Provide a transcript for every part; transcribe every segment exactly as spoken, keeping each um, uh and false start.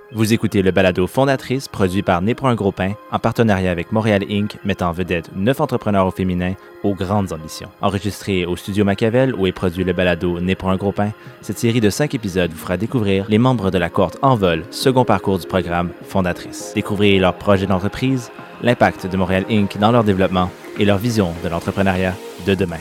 Vous écoutez le balado Fondatrice, produit par Né pour un gros pain, en partenariat avec Montréal Inc, mettant en vedette neuf entrepreneurs au féminin aux grandes ambitions. Enregistré au studio Machiavel, où est produit le balado Né pour un gros pain, cette série de cinq épisodes vous fera découvrir les membres de la cohorte en vol, second parcours du programme Fondatrice. Découvrez leurs projets d'entreprise, l'impact de Montréal Inc dans leur développement et leur vision de l'entrepreneuriat de demain.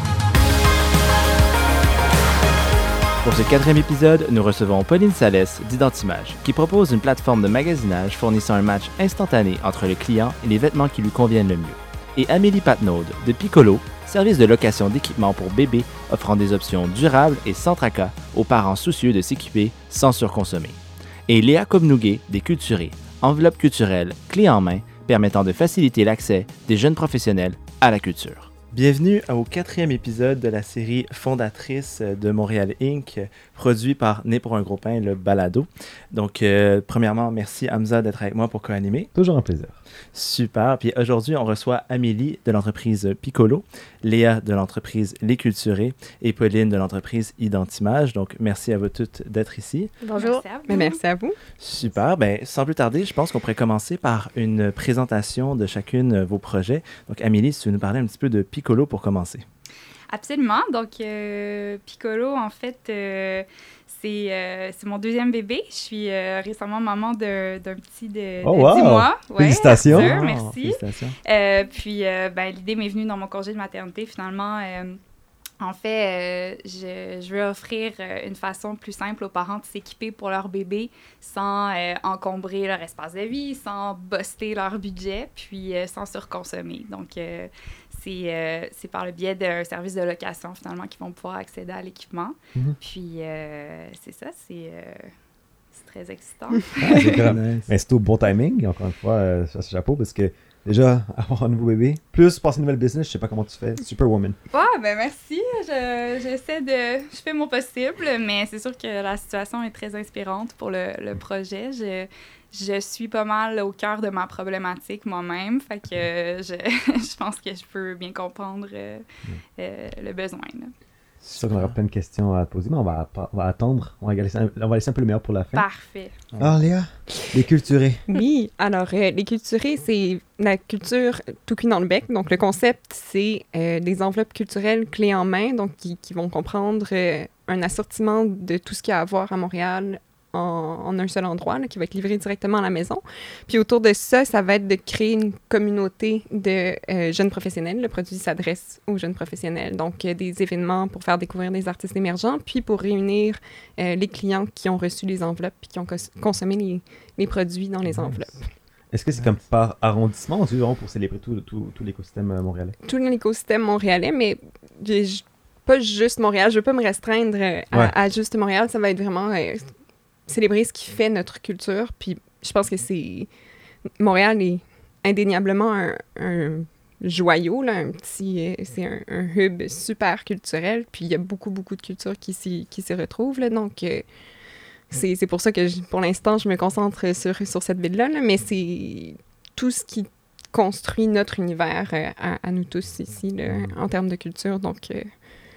Pour ce quatrième épisode, nous recevons Pauline Salès d'Identimage, qui propose une plateforme de magasinage fournissant un match instantané entre le client et les vêtements qui lui conviennent le mieux. Et Amélie Patnaud de Piccolo, service de location d'équipements pour bébés offrant des options durables et sans tracas aux parents soucieux de s'équiper sans surconsommer. Et Léa Comnouguet des Culturés, enveloppe culturelle clé en main permettant de faciliter l'accès des jeunes professionnels à la culture. Bienvenue au quatrième épisode de la série Fondatrice de Montréal Inc, produit par Né pour un gros pain, le balado. Donc, euh, premièrement, merci Hamza d'être avec moi pour co-animer. Toujours un plaisir. Super. Puis aujourd'hui, on reçoit Amélie de l'entreprise Piccolo, Léa de l'entreprise Les Culturés et Pauline de l'entreprise Identimage. Donc, merci à vous toutes d'être ici. Bonjour. Merci à vous. Mais merci à vous. Super. Bien, sans plus tarder, je pense qu'on pourrait commencer par une présentation de chacune de vos projets. Donc, Amélie, si tu veux nous parler un petit peu de Piccolo pour commencer. Absolument. Donc, euh, Piccolo, en fait, euh, c'est, euh, c'est mon deuxième bébé. Je suis euh, récemment maman de, d'un petit de, oh, de wow. dix mois. Ouais, Félicitations. Arthur, Oh, merci. Félicitations. Euh, puis, euh, ben, l'idée m'est venue dans mon congé de maternité, finalement. Euh, en fait, euh, je, je veux offrir euh, une façon plus simple aux parents de s'équiper pour leur bébé sans euh, encombrer leur espace de vie, sans buster leur budget, puis euh, sans surconsommer. Donc, euh, c'est, euh, c'est par le biais d'un service de location, finalement, qu'ils vont pouvoir accéder à l'équipement. Mm-hmm. Puis, euh, c'est ça, c'est, euh, c'est très excitant. Ah, c'est grave. Nice. Mais c'est au bon timing, encore une fois, euh, ça, c'est chapeau, parce que déjà, avoir un nouveau bébé, plus passer une nouvelle business, je sais pas comment tu fais. Superwoman. Ouais, ben merci. Je, j'essaie de... Je fais mon possible, mais c'est sûr que la situation est très inspirante pour le, le projet. Je, je suis pas mal au cœur de ma problématique moi-même, fait que je, je pense que je peux bien comprendre euh, euh, le besoin, là. C'est sûr qu'on aura plein de questions à te poser, mais on va, on va attendre. On va, laisser un, on va laisser un peu le meilleur pour la fin. Parfait. Alors, Léa, les culturés. Oui, alors, euh, les culturés, c'est la culture tout cuit dans le bec. Donc, le concept, c'est euh, des enveloppes culturelles clés en main, donc qui, qui vont comprendre euh, un assortiment de tout ce qu'il y a à voir à Montréal en, en un seul endroit, là, qui va être livré directement à la maison. Puis autour de ça, ça va être de créer une communauté de euh, jeunes professionnels. Le produit s'adresse aux jeunes professionnels. Donc, euh, des événements pour faire découvrir des artistes émergents, puis pour réunir euh, les clients qui ont reçu les enveloppes puis qui ont cons- consommé les, les produits dans les nice. enveloppes. Est-ce que c'est comme par arrondissement ou c'est vraiment pour célébrer tout, tout, tout l'écosystème euh, montréalais? Tout l'écosystème montréalais, mais j'ai, pas juste Montréal. Je veux pas me restreindre euh, à, ouais. à juste Montréal. Ça va être vraiment... Euh, célébrer ce qui fait notre culture, puis je pense que c'est... Montréal est indéniablement un, un joyau, là, un petit... C'est un, un hub super culturel, puis il y a beaucoup, beaucoup de cultures qui s'y, qui s'y retrouvent, là, donc euh, c'est, c'est pour ça que, je, pour l'instant, je me concentre sur, sur cette ville-là, là, mais c'est tout ce qui construit notre univers euh, à, à nous tous ici, là, en termes de culture, donc... Euh,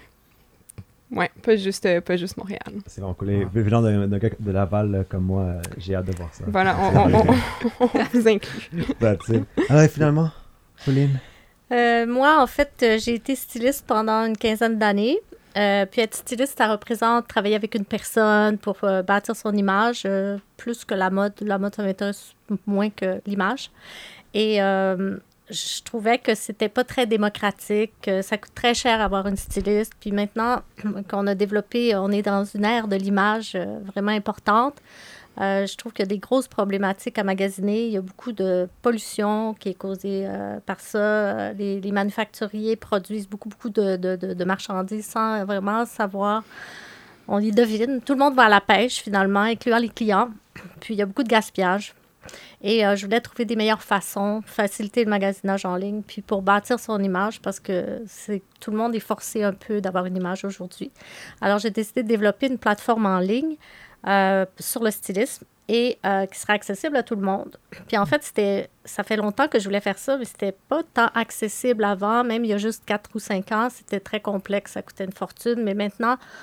Oui, pas juste, euh, pas juste Montréal. C'est vraiment cool. Ah. Venant de, de, de Laval euh, comme moi, euh, j'ai hâte de voir ça. Voilà, on, on, on, on vous inclut. That's it. Alors, finalement, Pauline? Euh, moi, en fait, euh, j'ai été styliste pendant une quinzaine d'années. Euh, puis être styliste, ça représente travailler avec une personne pour euh, bâtir son image, euh, plus que la mode. La mode, ça m'intéresse moins que l'image. Et... Euh, je trouvais que c'était pas très démocratique, que ça coûte très cher avoir une styliste. Puis maintenant qu'on a développé, on est dans une ère de l'image euh, vraiment importante. Euh, je trouve qu'il y a des grosses problématiques à magasiner. Il y a beaucoup de pollution qui est causée euh, par ça. Les, les manufacturiers produisent beaucoup, beaucoup de, de, de, de marchandises sans vraiment savoir. On les devine. Tout le monde va à la pêche, finalement, incluant les clients. Puis il y a beaucoup de gaspillage. Et euh, je voulais trouver des meilleures façons, faciliter le magasinage en ligne, puis pour bâtir son image, parce que c'est, tout le monde est forcé un peu d'avoir une image aujourd'hui. Alors, j'ai décidé de développer une plateforme en ligne euh, sur le stylisme et euh, qui sera accessible à tout le monde. Puis en fait, c'était, ça fait longtemps que je voulais faire ça, mais c'était pas tant accessible avant. Même il y a juste quatre ou cinq ans, c'était très complexe, ça coûtait une fortune. Mais maintenant,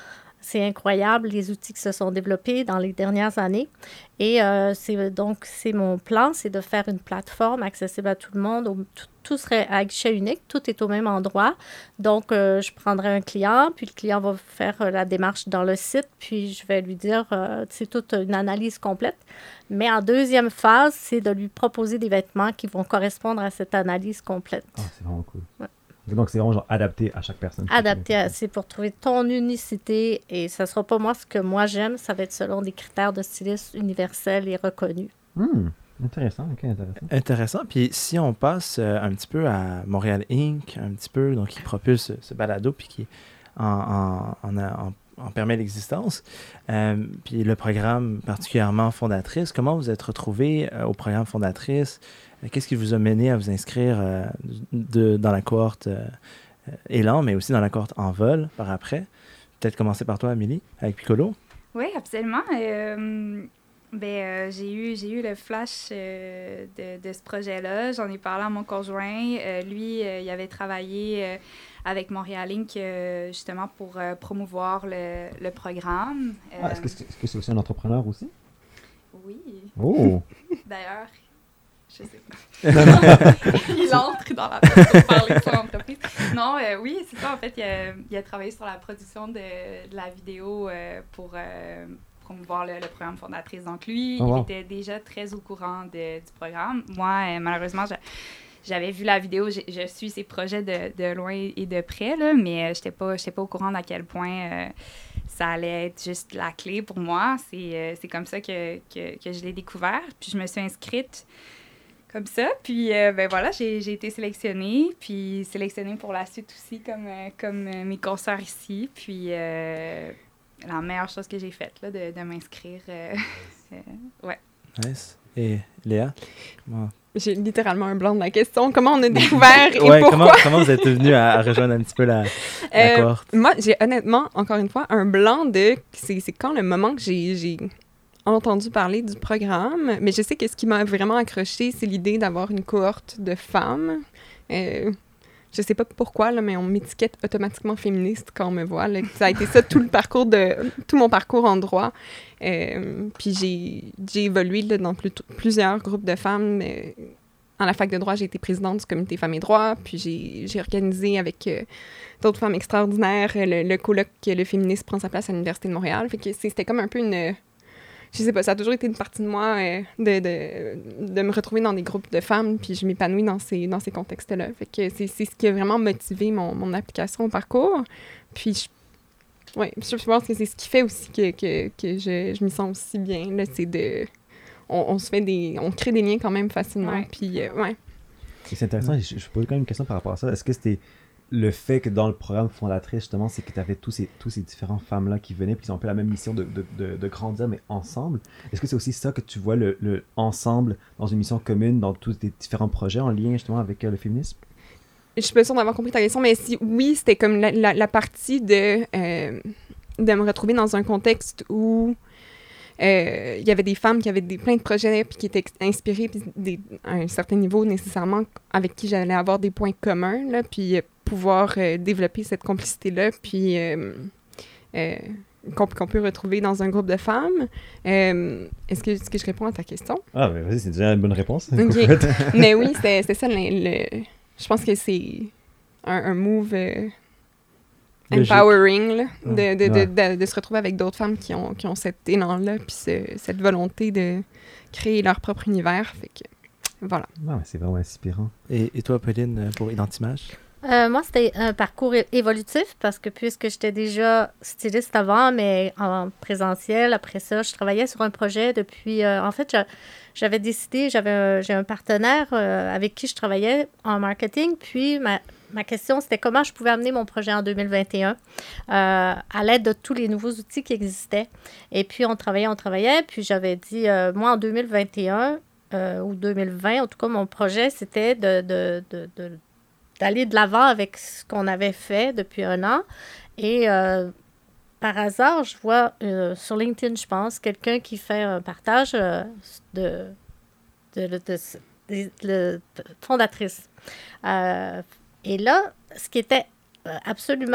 c'est incroyable les outils qui se sont développés dans les dernières années. Et euh, c'est, donc, c'est mon plan, c'est de faire une plateforme accessible à tout le monde. Au, tout, tout serait à guichet unique, tout est au même endroit. Donc, euh, je prendrai un client, puis le client va faire euh, la démarche dans le site, puis je vais lui dire, euh, c'est toute une analyse complète. Mais en deuxième phase, c'est de lui proposer des vêtements qui vont correspondre à cette analyse complète. Ah, c'est vraiment cool. Ouais. Donc, c'est vraiment genre adapté à chaque personne. Adapté, à, c'est pour trouver ton unicité et ça ne sera pas moi ce que moi j'aime, ça va être selon des critères de styliste universels et reconnus. Hmm, intéressant, ok, intéressant. Intéressant. Puis si on passe euh, un petit peu à Montréal Incorporated, un petit peu, donc qui propulse ce, ce balado, puis qui en, en, en, en, en permet l'existence, euh, puis le programme particulièrement Fondatrice, comment vous êtes retrouvé euh, au programme Fondatrice? Qu'est-ce qui vous a mené à vous inscrire euh, de, dans la cohorte euh, Élan, mais aussi dans la cohorte Envol par après? Peut-être commencer par toi, Amélie, avec Piccolo. Oui, absolument. Euh, ben, euh, j'ai eu, j'ai eu le flash euh, de, de ce projet-là. J'en ai parlé à mon conjoint. Euh, lui, euh, il avait travaillé euh, avec Montréal Incorporated euh, justement pour euh, promouvoir le, le programme. Euh, Ah, est-ce que c'est, est-ce que c'est aussi un entrepreneur aussi? Oui. Oh! D'ailleurs, je sais pas. Il entre dans la tête pour parler de son entreprise. Non, euh, oui, c'est ça. En fait, il a, il a travaillé sur la production de, de la vidéo euh, pour euh, promouvoir le, le programme Fondatrice. Donc, lui, oh, wow. il était déjà très au courant de, du programme. Moi, euh, malheureusement, je, j'avais vu la vidéo. Je, je suis ses projets de, de loin et de près, là, mais je n'étais pas, j'étais pas au courant d'à quel point euh, ça allait être juste la clé pour moi. C'est, euh, c'est comme ça que, que, que je l'ai découvert. Puis, je me suis inscrite comme ça. Puis, euh, ben voilà, j'ai, j'ai été sélectionnée. Puis, sélectionnée pour la suite aussi, comme, euh, comme euh, mes consoeurs ici. Puis, euh, la meilleure chose que j'ai faite, là, de, de m'inscrire. Euh, euh, ouais. Nice. Et Léa? Comment... J'ai littéralement un blanc de la question. Comment on a découvert et ouais, pourquoi? Comment, comment vous êtes venu à, à rejoindre un petit peu la, la Euh, cohorte? Moi, j'ai honnêtement, encore une fois, un blanc de... C'est, c'est quand le moment que j'ai... j'ai... entendu parler du programme, mais je sais que ce qui m'a vraiment accroché, c'est l'idée d'avoir une cohorte de femmes. Euh, je sais pas pourquoi, là, mais on m'étiquette automatiquement féministe quand on me voit. Là. Ça a été ça tout le parcours de tout mon parcours en droit. Euh, puis j'ai, j'ai évolué là, dans plus, plusieurs groupes de femmes. Euh, en la fac de droit, j'ai été présidente du comité Femmes et droits, puis j'ai, j'ai organisé avec euh, d'autres femmes extraordinaires le, le colloque Le féminisme prend sa place à l'Université de Montréal. Fait que c'était comme un peu une... Je sais pas, ça a toujours été une partie de moi euh, de, de, de me retrouver dans des groupes de femmes, puis je m'épanouis dans ces, dans ces contextes-là. Fait que c'est, c'est ce qui a vraiment motivé mon, mon application au parcours. Puis, je, ouais, je pense que c'est ce qui fait aussi que, que, que je, je m'y sens aussi bien, là, c'est de... On, on se fait des... On crée des liens quand même facilement, Ouais. puis euh, ouais. Et c'est intéressant, je, je pose quand même une question par rapport à ça. Est-ce que c'était le fait que dans le programme Fondatrice, justement, c'est que tu avais tous ces, tous ces différentes femmes-là qui venaient, puis ils ont un peu la même mission de, de, de, de grandir, mais ensemble. Est-ce que c'est aussi ça que tu vois, le, le ensemble, dans une mission commune, dans tous tes différents projets en lien, justement, avec euh, le féminisme? Je suis pas sûre d'avoir compris ta question, mais si oui, c'était comme la, la, la partie de, euh, de me retrouver dans un contexte où euh, il y avait des femmes qui avaient des, plein de projets, puis qui étaient inspirées, puis des, à un certain niveau, nécessairement, avec qui j'allais avoir des points communs, là, puis pouvoir euh, développer cette complicité-là, puis euh, euh, qu'on, qu'on peut retrouver dans un groupe de femmes. Euh, est-ce, que, est-ce que je réponds à ta question? Ah, ben vas-y, c'est déjà une bonne réponse. Okay. Mais oui, c'est, c'est ça. Le, le, je pense que c'est un, un move euh, empowering, là, de, de, de, Ouais. de, de, de se retrouver avec d'autres femmes qui ont, qui ont cet élan-là, puis ce, cette volonté de créer leur propre univers. Fait que, voilà. Ah, c'est vraiment inspirant. Et, et toi, Pauline, pour Identimage? Euh, moi, c'était un parcours é- évolutif parce que puisque j'étais déjà styliste avant, mais en présentiel, après ça, je travaillais sur un projet depuis... euh, en fait, j'a- j'avais décidé, j'avais un- j'ai un partenaire euh, avec qui je travaillais en marketing, puis ma, ma question, c'était comment je pouvais amener mon projet en deux mille vingt et un euh, à l'aide de tous les nouveaux outils qui existaient. Et puis, on travaillait, on travaillait, puis j'avais dit, euh, moi, en deux mille vingt et un euh, ou deux mille vingt, en tout cas, mon projet, c'était de... de, de, de d'aller de l'avant avec ce qu'on avait fait depuis un an. Et euh, par hasard, je vois euh, sur LinkedIn, je pense, quelqu'un qui fait un partage euh, de, de, de, de, de, de- de fondatrice. Euh, et là, ce qui était euh, absolument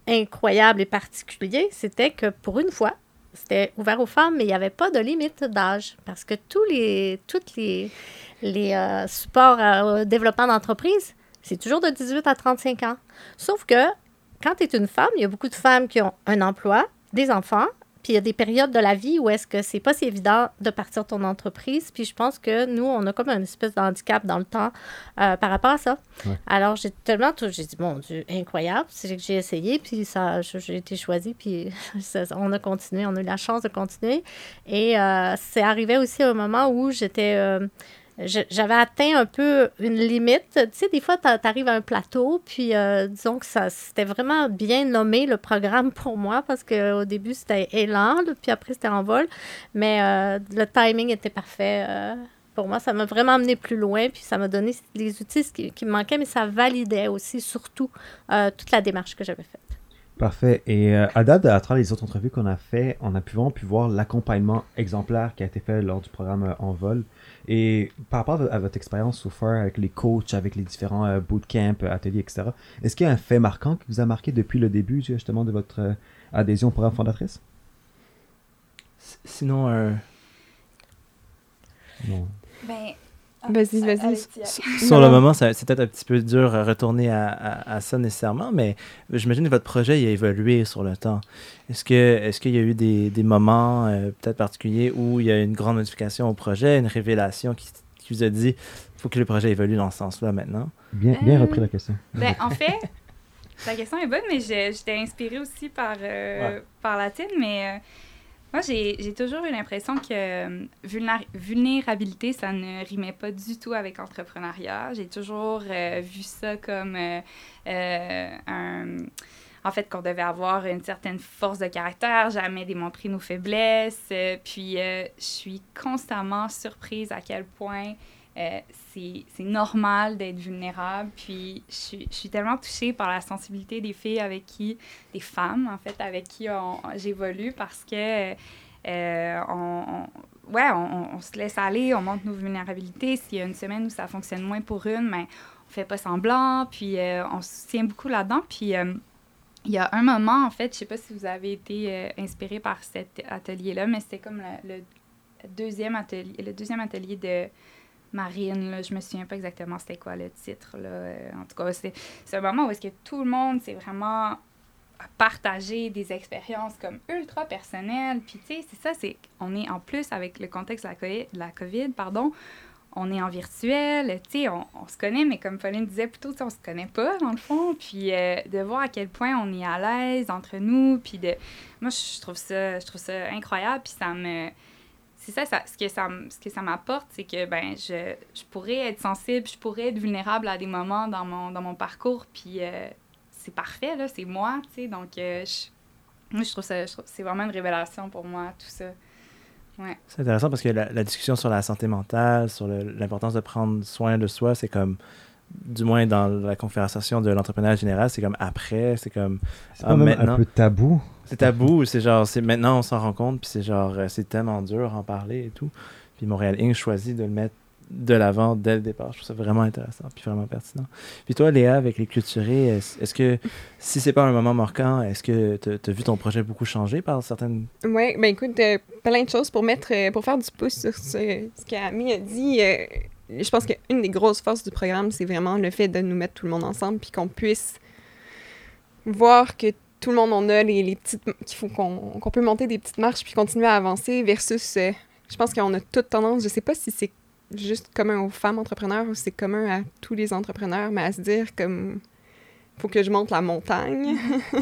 incroyable et particulier, c'était que pour une fois, c'était ouvert aux femmes, mais il n'y avait pas de limite d'âge. Parce que tous les, toutes les, les euh, supports euh, au développement d'entreprise, c'est toujours de dix-huit à trente-cinq ans. Sauf que quand tu es une femme, il y a beaucoup de femmes qui ont un emploi, des enfants, puis il y a des périodes de la vie où est-ce que c'est pas si évident de partir ton entreprise. Puis je pense que nous, on a comme une espèce de handicap dans le temps euh, par rapport à ça. Ouais. Alors, j'ai tellement... J'ai dit, mon Dieu, incroyable. C'est que j'ai essayé, puis ça, j'ai été choisie, puis ça, on a continué. On a eu la chance de continuer. Et euh, c'est arrivé aussi à un moment où j'étais... Euh, j'avais atteint un peu une limite. Tu sais, des fois, tu arrives à un plateau, puis euh, disons que ça, c'était vraiment bien nommé, le programme pour moi, parce qu'au début, c'était élan, puis après, c'était en vol. Mais euh, le timing était parfait. Euh, pour moi, ça m'a vraiment amené plus loin, puis ça m'a donné les outils qui, qui me manquaient, mais ça validait aussi, surtout, euh, toute la démarche que j'avais faite. Parfait. Et euh, à date, à travers les autres entrevues qu'on a fait, on a pu vraiment pu voir l'accompagnement exemplaire qui a été fait lors du programme euh, En Vol. Et par rapport à votre expérience so far avec les coachs, avec les différents euh, bootcamps, ateliers, et cetera, est-ce qu'il y a un fait marquant qui vous a marqué depuis le début, justement, de votre euh, adhésion au programme fondatrice? Sinon, euh... non. Ben... Vas-y, vas-y. Sur le moment, ça, c'est peut-être un petit peu dur à retourner à, à, à ça nécessairement, mais j'imagine que votre projet il a évolué sur le temps. Est-ce que est-ce qu'il y a eu des, des moments euh, peut-être particuliers où il y a une grande modification au projet, une révélation qui, qui vous a dit il faut que le projet évolue dans ce sens-là maintenant? Bien, bien euh, repris la question. Ben, en fait, la question est bonne, mais j'étais inspirée aussi par, euh, ouais. par la tienne, mais... Euh, Moi, j'ai, j'ai toujours eu l'impression que euh, vulnéra- vulnérabilité, ça ne rimait pas du tout avec entrepreneuriat. J'ai toujours euh, vu ça comme euh, euh, un... En fait, qu'on devait avoir une certaine force de caractère, jamais démontrer nos faiblesses. Euh, puis, euh, je suis constamment surprise à quel point euh, c'est, c'est normal d'être vulnérable. Puis, je suis, je suis tellement touchée par la sensibilité des filles avec qui, des femmes, en fait, avec qui on, j'évolue parce que, euh, on, on, ouais, on, on se laisse aller, on montre nos vulnérabilités. S'il y a une semaine où ça fonctionne moins pour une, mais on fait pas semblant, puis euh, on se tient beaucoup là-dedans. Puis, euh, il y a un moment, en fait, je sais pas si vous avez été euh, inspiré par cet atelier-là, mais c'était comme le, le, deuxième atelier, le deuxième atelier de Marine, là, je me souviens pas exactement c'était quoi le titre, là. Euh, en tout cas, c'est, c'est un moment où est-ce que tout le monde s'est vraiment partagé des expériences comme ultra personnelles. Puis, tu sais, c'est ça, c'est on est en plus avec le contexte de la COVID, de la COVID pardon, on est en virtuel, tu sais, on, on se connaît, mais comme Pauline disait plutôt, on se connaît pas, dans le fond. Puis, euh, de voir à quel point on est à l'aise entre nous, puis de... Moi, je trouve ça, je trouve ça incroyable, puis ça me... C'est ça, ça, ce que ça, ce que ça m'apporte, c'est que ben je, je pourrais être sensible, je pourrais être vulnérable à des moments dans mon, dans mon parcours, puis euh, c'est parfait, là, c'est moi, tu sais, donc euh, je, moi, je trouve ça, je trouve, c'est vraiment une révélation pour moi, tout ça. Ouais. C'est intéressant parce que la, la discussion sur la santé mentale, sur le, l'importance de prendre soin de soi, c'est comme, du moins dans la conversation de l'entrepreneuriat général, c'est comme après, c'est comme... C'est pas ah, même maintenant, un peu tabou. C'est tabou, c'est genre, c'est maintenant on s'en rend compte, puis c'est genre, c'est tellement dur en parler et tout. Puis Montréal Inc choisit de le mettre de l'avant dès le départ. Je trouve ça vraiment intéressant, puis vraiment pertinent. Puis toi, Léa, avec les clôturés, est-ce, est-ce que, si c'est pas un moment marquant, est-ce que tu as vu ton projet beaucoup changer par certaines... Oui, ben écoute, euh, plein de choses pour mettre, euh, pour faire du pouce sur ce, ce qu'Ami a dit. Euh, je pense qu'une des grosses forces du programme, c'est vraiment le fait de nous mettre tout le monde ensemble, puis qu'on puisse voir que tout le monde, on a les, les petites... qu'il faut qu'on, qu'on peut monter des petites marches puis continuer à avancer versus... Euh, je pense qu'on a toute tendance, je sais pas si c'est juste commun aux femmes entrepreneurs ou si c'est commun à tous les entrepreneurs, mais à se dire comme... faut que je monte la montagne.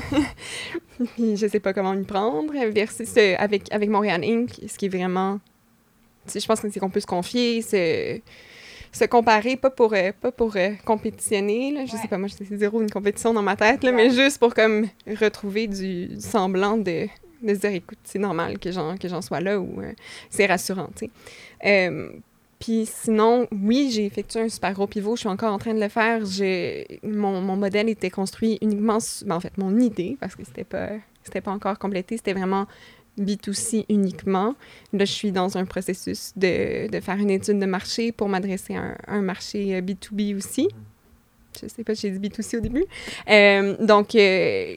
Puis je sais pas comment m'y prendre. Versus euh, avec, avec Montréal Inc, ce qui est vraiment... Je pense que c'est qu'on peut se confier, se, se comparer, pas pour, euh, pas pour euh, compétitionner. Là. Je ouais. sais pas, moi, c'est zéro une compétition dans ma tête, là, ouais. mais juste pour comme retrouver du, du semblant de, de se dire, écoute, c'est normal que j'en, que j'en sois là ou euh, c'est rassurant, tu sais. Euh, Puis sinon, oui, j'ai effectué un super gros pivot. Je suis encore en train de le faire. J'ai... Mon, mon modèle était construit uniquement... Sur... Ben, en fait, mon idée, parce que c'était pas, c'était pas encore complété, c'était vraiment B deux C uniquement. Là, je suis dans un processus de, de faire une étude de marché pour m'adresser à un, un marché B deux B aussi. je sais pas, j'ai dit B deux C au début. Euh, donc, euh,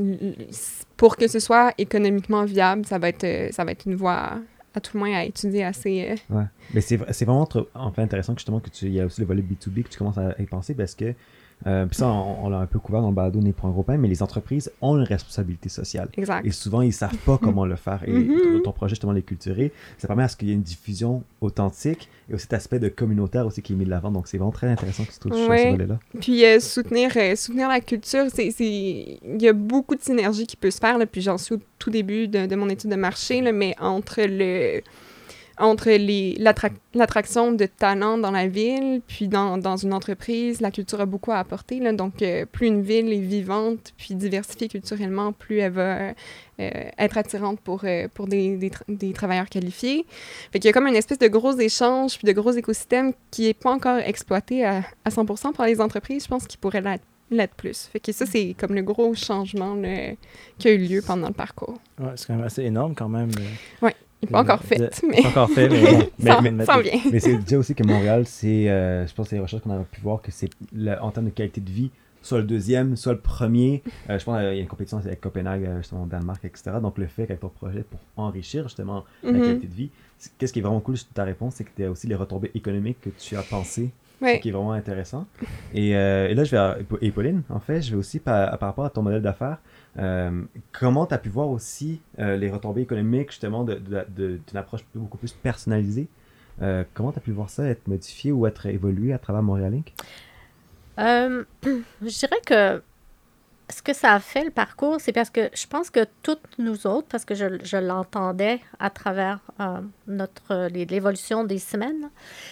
pour que ce soit économiquement viable, ça va être, ça va être une voie à tout le moins à étudier assez... Euh... Ouais, mais c'est, c'est vraiment trop, enfin, intéressant que justement que tu, il y a aussi le volet B deux B que tu commences à y penser parce que Euh, puis ça, on, on l'a un peu couvert dans le balado Né pour un gros pain, mais les entreprises ont une responsabilité sociale. Exact. Et souvent, ils ne savent pas comment le faire. Et mm-hmm. ton projet, justement, Les Culturés, ça permet à ce qu'il y ait une diffusion authentique et aussi cet aspect de communautaire aussi qui est mis de l'avant. Donc, c'est vraiment très intéressant que tu touches ouais. ce volet-là. Puis, euh, soutenir, euh, soutenir la culture, c'est, c'est... il y a beaucoup de synergie qui peut se faire. Là, puis, j'en suis au tout début de, de mon étude de marché, là, mais entre le... entre les, l'attra- l'attraction de talents dans la ville, puis dans, dans une entreprise, la culture a beaucoup à apporter. Là, donc, euh, plus une ville est vivante, puis diversifiée culturellement, plus elle va euh, être attirante pour, euh, pour des, des, tra- des travailleurs qualifiés. Fait qu'il y a comme une espèce de gros échange, puis de gros écosystème qui n'est pas encore exploité à, à cent pour cent par les entreprises. Je pense qu'il pourrait l'être. l'être plus. Fait que ça, c'est comme le gros changement là, qui a eu lieu pendant le parcours. Ouais, c'est quand même assez énorme quand même. Oui. Il n'est pas encore fait, mais... Pas encore fait, mais... mais, ça, mais, ça vient. Mais c'est déjà aussi que Montréal, c'est... Euh, je pense que c'est les recherches qu'on a pu voir que c'est, le, en termes de qualité de vie, soit le deuxième, soit le premier. Euh, je pense qu'il y a une compétition avec Copenhague, justement, au Danemark, et cetera. Donc, le fait qu'avec ton projet, pour enrichir, justement, la mm-hmm. qualité de vie, qu'est-ce qui est vraiment cool de ta réponse, c'est que tu as aussi les retombées économiques que tu as pensées, ouais. qui est vraiment intéressant. Et, euh, et là, je vais à et Pauline, en fait, je vais aussi, par, par rapport à ton modèle d'affaires, Euh, comment tu as pu voir aussi euh, les retombées économiques justement de, de, de, d'une approche beaucoup plus personnalisée? Euh, comment tu as pu voir ça être modifié ou être évolué à travers Montréal Inc? Euh, je dirais que ce que ça a fait, le parcours, c'est parce que je pense que toutes nous autres, parce que je, je l'entendais à travers euh, notre, les, l'évolution des semaines,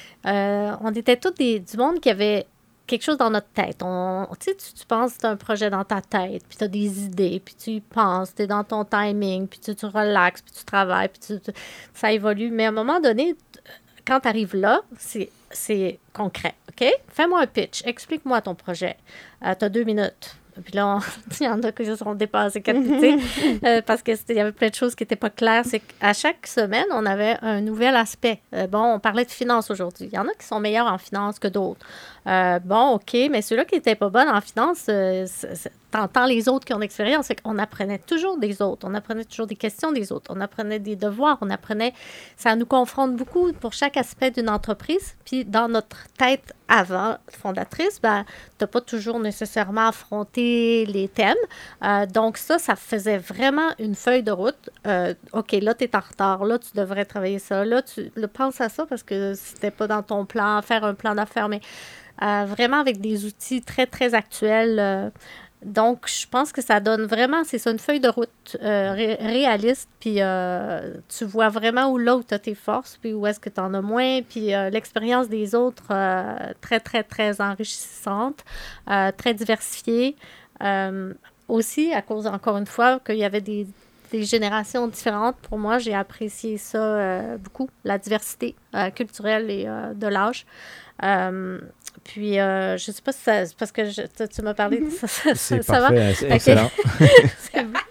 euh, on était tous des, du monde qui avait quelque chose dans notre tête. On, tu sais, tu, tu penses que tu as un projet dans ta tête, puis tu as des idées, puis tu y penses, tu es dans ton timing, puis tu, tu relaxes, puis tu travailles, puis tu, tu, ça évolue. Mais à un moment donné, quand tu arrives là, c'est, c'est concret, OK? Fais-moi un pitch, explique-moi ton projet. Euh, tu as deux minutes. Puis là, il y en a qui se sont dépassés quatre minutes, euh, parce qu'il y avait plein de choses qui n'étaient pas claires. C'est qu'à chaque semaine, on avait un nouvel aspect. Euh, bon, on parlait de finance aujourd'hui. Il y en a qui sont meilleurs en finance que d'autres. Euh, bon, OK, mais ceux-là qui n'étaient pas bons en finance, euh, c'est, c'est, t'entends les autres qui ont l'expérience. C'est qu'on apprenait toujours des autres. On apprenait toujours des questions des autres. On apprenait des devoirs. On apprenait... Ça nous confronte beaucoup pour chaque aspect d'une entreprise. Puis dans notre tête avant fondatrice, ben, tu n'as pas toujours nécessairement affronté les thèmes. Euh, donc ça, ça faisait vraiment une feuille de route. Euh, OK, là, tu es en retard. Là, tu devrais travailler ça. Là, tu là, pense à ça parce que c'était pas dans ton plan, faire un plan d'affaires, mais euh, vraiment avec des outils très, très actuels. Euh, donc, je pense que ça donne vraiment, c'est ça, une feuille de route euh, ré- réaliste, puis euh, tu vois vraiment où là où tu as tes forces, puis où est-ce que tu en as moins, puis euh, l'expérience des autres, euh, très, très, très enrichissante, euh, très diversifiée. Euh, aussi, à cause, encore une fois, qu'il y avait des, des générations différentes, pour moi, j'ai apprécié ça euh, beaucoup, la diversité euh, culturelle et euh, de l'âge. Euh, puis, euh, je sais pas si ça... Parce que je, tu, tu m'as parlé de ça. ça c'est ça parfait, va? c'est Okay. excellent. C'est bon.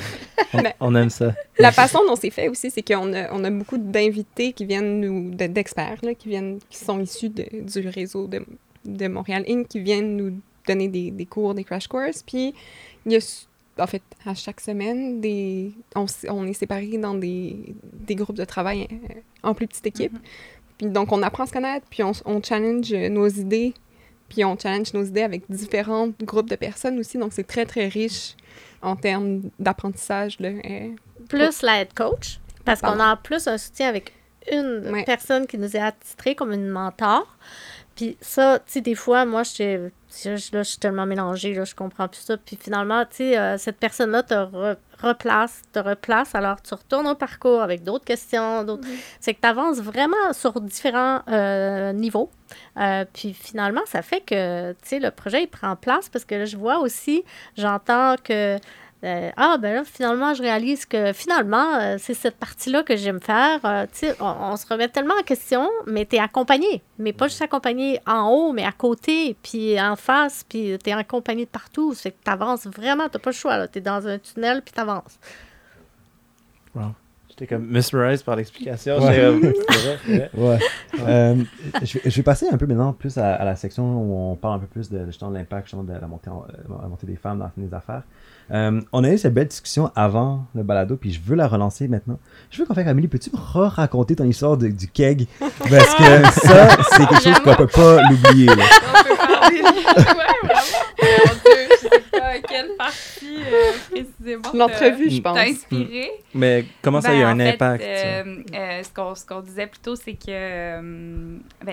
on, on aime ça. La façon dont c'est fait aussi, c'est qu'on a, on a beaucoup d'invités qui viennent nous... De, d'experts, là, qui, viennent, qui sont issus de, du réseau de, de Montréal Inc, qui viennent nous donner des, des cours, des crash courses. Puis, il y a... En fait, à chaque semaine, des, on, on est séparés dans des, des groupes de travail en plus petite équipe. Mm-hmm. Puis donc, on apprend à se connaître, puis on, on challenge nos idées, puis on challenge nos idées avec différents groupes de personnes aussi. Donc, c'est très, très riche en termes d'apprentissage. Là, euh, plus la head coach, parce Pardon. qu'on a en plus un soutien avec une ouais. personne qui nous est attitrée comme une mentor. Puis ça, tu sais, des fois, moi, je là, je suis tellement mélangée, là, je comprends plus ça. Puis finalement, tu sais, euh, cette personne-là te re, replace, te replace, alors tu retournes au parcours avec d'autres questions, d'autres... Mm-hmm. C'est que tu avances vraiment sur différents euh, niveaux. Euh, puis finalement, ça fait que, tu sais, le projet, il prend place parce que là, je vois aussi, j'entends que... Euh, ah, ben là, finalement, je réalise que finalement, euh, c'est cette partie-là que j'aime faire. Euh, tu sais, on, on se remet tellement en question, mais t'es accompagné. Mais pas juste accompagné en haut, mais à côté, puis en face, puis t'es accompagné de partout. C'est que t'avances vraiment, t'as pas le choix, là. T'es dans un tunnel, puis t'avances. Wow. J'étais comme mesmerized par l'explication. Ouais. Comme... c'est vrai, c'est vrai. Ouais. euh, je, vais, je vais passer un peu maintenant plus à, à la section où on parle un peu plus de, justement, de l'impact justement, de la montée, en, la montée des femmes dans les affaires. Euh, on a eu cette belle discussion avant le balado, puis je veux la relancer maintenant. Je veux qu'en fait, Amélie, peux-tu me re-raconter ton histoire de, du keg? Parce que ça, c'est quelque chose qu'on peut pas l'oublier. Là. On peut faire des liens. Ouais, vraiment. Mon Dieu, je sais pas quelle partie euh, précisément l'entrevue, je pense. t'a inspiré. Mais comment ça, ben, il y a un fait, impact? Euh, euh, ce, qu'on, ce qu'on disait plus tôt, c'est que euh, ben,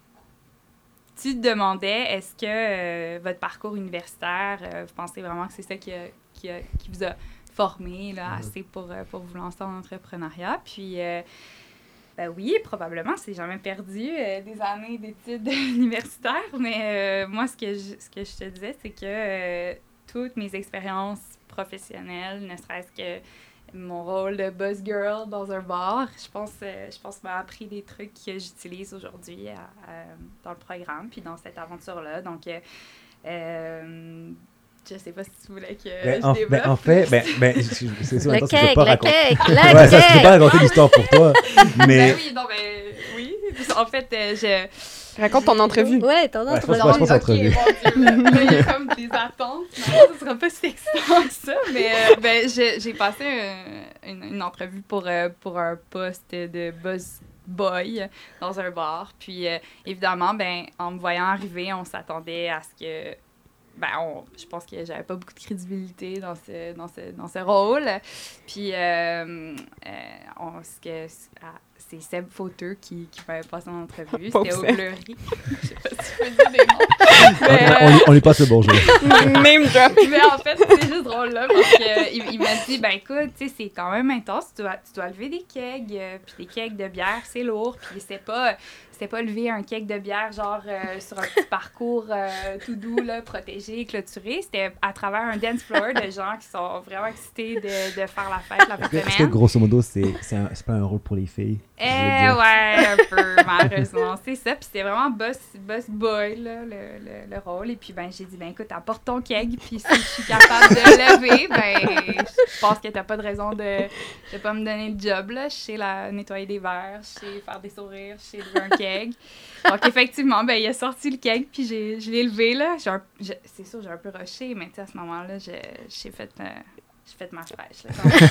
tu te demandais, est-ce que euh, votre parcours universitaire, euh, vous pensez vraiment que c'est ça qui, a, qui, a, qui vous a formé là, assez pour, pour vous lancer en entrepreneuriat? Puis, euh, ben oui, probablement, c'est jamais perdu euh, des années d'études universitaires, mais euh, moi, ce que, je, ce que je te disais, c'est que euh, toutes mes expériences professionnelles, ne serait-ce que mon rôle de buzz girl dans un bar, je pense, euh, je pense m'a appris des trucs que j'utilise aujourd'hui à, à, dans le programme, puis dans cette aventure-là. Donc, euh, euh, je sais pas si tu voulais que ben, je en, développe. Ben, en fait, ben, ben, c'est sûr, le attends, cake, je peux pas le raconter. cake, le ouais, cake. ça, je peux pas raconter l'histoire pour toi, mais... Ben oui, non, ben oui. En fait, euh, je... Raconte ton entrevue. Ouais, ton Ouais, entrevue. je pense, je pense Ok, entrevue. mon Dieu, là, il y a comme des attentes. Non, ce sera pas si excitant que ça, mais euh, ben, j'ai, j'ai passé un, une, une entrevue pour, euh, pour un poste de buzz boy dans un bar. Puis, euh, évidemment, ben, en me voyant arriver, on s'attendait à ce que... Ben, on, je pense que j'avais pas beaucoup de crédibilité dans ce, dans ce, dans ce rôle. Puis, euh, euh, on, ce que... À, c'est Seb Fauteux qui, qui m'avait passé en entrevue. C'était au Bleury. Je sais pas si je peux dire des noms. Mais, on, on, lui, on lui passe le bonjour. Name drop. Mais en fait, c'est juste drôle là parce qu'il il m'a dit, ben écoute, tu sais, c'est quand même intense. Tu dois, tu dois lever des kegs. Euh, puis des kegs de bière, c'est lourd. Puis c'est pas... C'était pas lever un keg de bière, genre euh, sur un petit parcours euh, tout doux, là, protégé, clôturé. C'était à travers un dance floor de gens qui sont vraiment excités de, de faire la fête la fin de semaine. Est-ce que grosso modo, c'est, c'est, un, c'est pas un rôle pour les filles? Eh ouais, un peu, malheureusement. C'est ça. Puis c'était vraiment boss, boss boy, là, le, le, le rôle. Et puis, ben, j'ai dit, ben écoute, apporte ton keg. Puis si je suis capable de le lever, ben, je pense que t'as pas de raison de ne pas me donner le job, là. Je sais la, nettoyer des verres, je sais faire des sourires, je sais lever un keg. Donc, effectivement, ben, il a sorti le keg, puis j'ai, je l'ai levé, là. J'ai un, j'ai, c'est sûr, j'ai un peu rushé, mais tu sais, à ce moment-là, j'ai, j'ai fait... Euh, j'ai fait ma fraîche,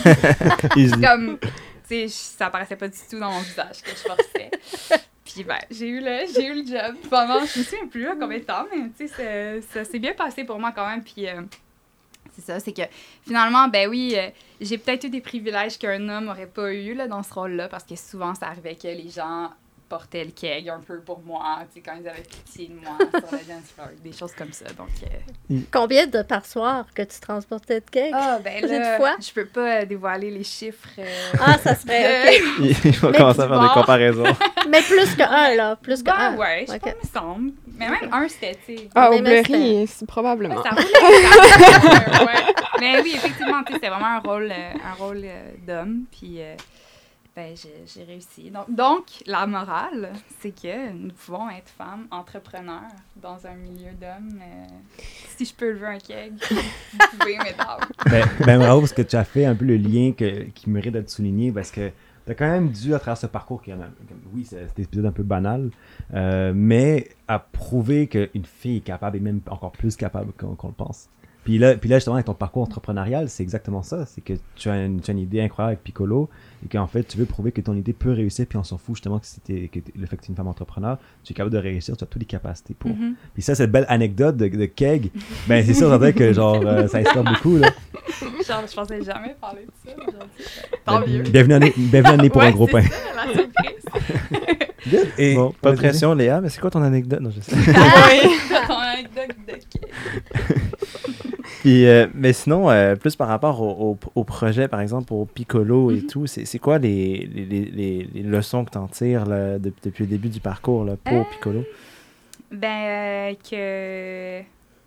là. Comme, tu sais, ça paraissait pas du tout dans mon visage que je forçais. Puis, ben, j'ai eu le, j'ai eu le job. Pendant, je me souviens plus à combien de temps, mais tu sais, ça s'est bien passé pour moi quand même. Puis, euh, c'est ça, c'est que finalement, ben oui, euh, j'ai peut-être eu des privilèges qu'un homme aurait pas eu, là, dans ce rôle-là, parce que souvent, ça arrivait que les gens portaient le keg un peu pour moi, tu sais, quand ils avaient pitié de moi sur le dance floor, des choses comme ça, donc... Euh... Combien de par soir que tu transportais de keg? Ah, ben là, fois? Je peux pas dévoiler les chiffres. Euh, ah, ça serait, OK. Il faut commencer à faire des comparaisons. Mais plus que un, là, plus que ben, un. ouais, je okay. pense, me semble. Mais même un, c'était, tu sais... Ah, au Bleury, c'est probablement. Ouais, ça roulait, ouais. Mais oui, effectivement, tu sais, c'était vraiment un rôle, euh, un rôle euh, d'homme, puis... Euh, ben, j'ai, j'ai réussi. Donc, donc, la morale, c'est que nous pouvons être femmes entrepreneurs dans un milieu d'hommes. Euh, si je peux lever un keg, vous pouvez, mesdames. Ben, ben bravo, parce que tu as fait un peu le lien que, qui mérite d'être souligné, parce que tu as quand même dû, à travers ce parcours, qui est, oui, c'est cet épisode un peu banal, euh, mais à prouver qu'une fille est capable, et même encore plus capable qu'on, qu'on le pense. Puis là, puis là, justement, avec ton parcours entrepreneurial, c'est exactement ça. C'est que tu as une, tu as une idée incroyable avec Piccolo et qu'en fait, tu veux prouver que ton idée peut réussir, puis on s'en fout justement que, c'était, que le fait que tu es une femme entrepreneur, tu es capable de réussir, tu as toutes les capacités pour. Mm-hmm. Puis ça, cette belle anecdote de, de keg, ben c'est sûr, j'entends que genre, euh, ça inspire beaucoup, là. Genre, je pensais jamais parler de ça aujourd'hui. Tant ben, mieux. Bienvenue année, bienvenue année pour ouais, un gros pain. C'est ça, la surprise. Et, bon, pas de pression, Léa, mais c'est quoi ton anecdote? Non, je sais. Ah oui, ton anecdote de keg. Puis, euh, mais sinon, euh, plus par rapport au, au, au projet, par exemple, au Piccolo et mm-hmm. tout, c'est, c'est quoi les, les, les, les leçons que tu en tires là, de, depuis le début du parcours là, pour euh, Piccolo? Ben, euh, que...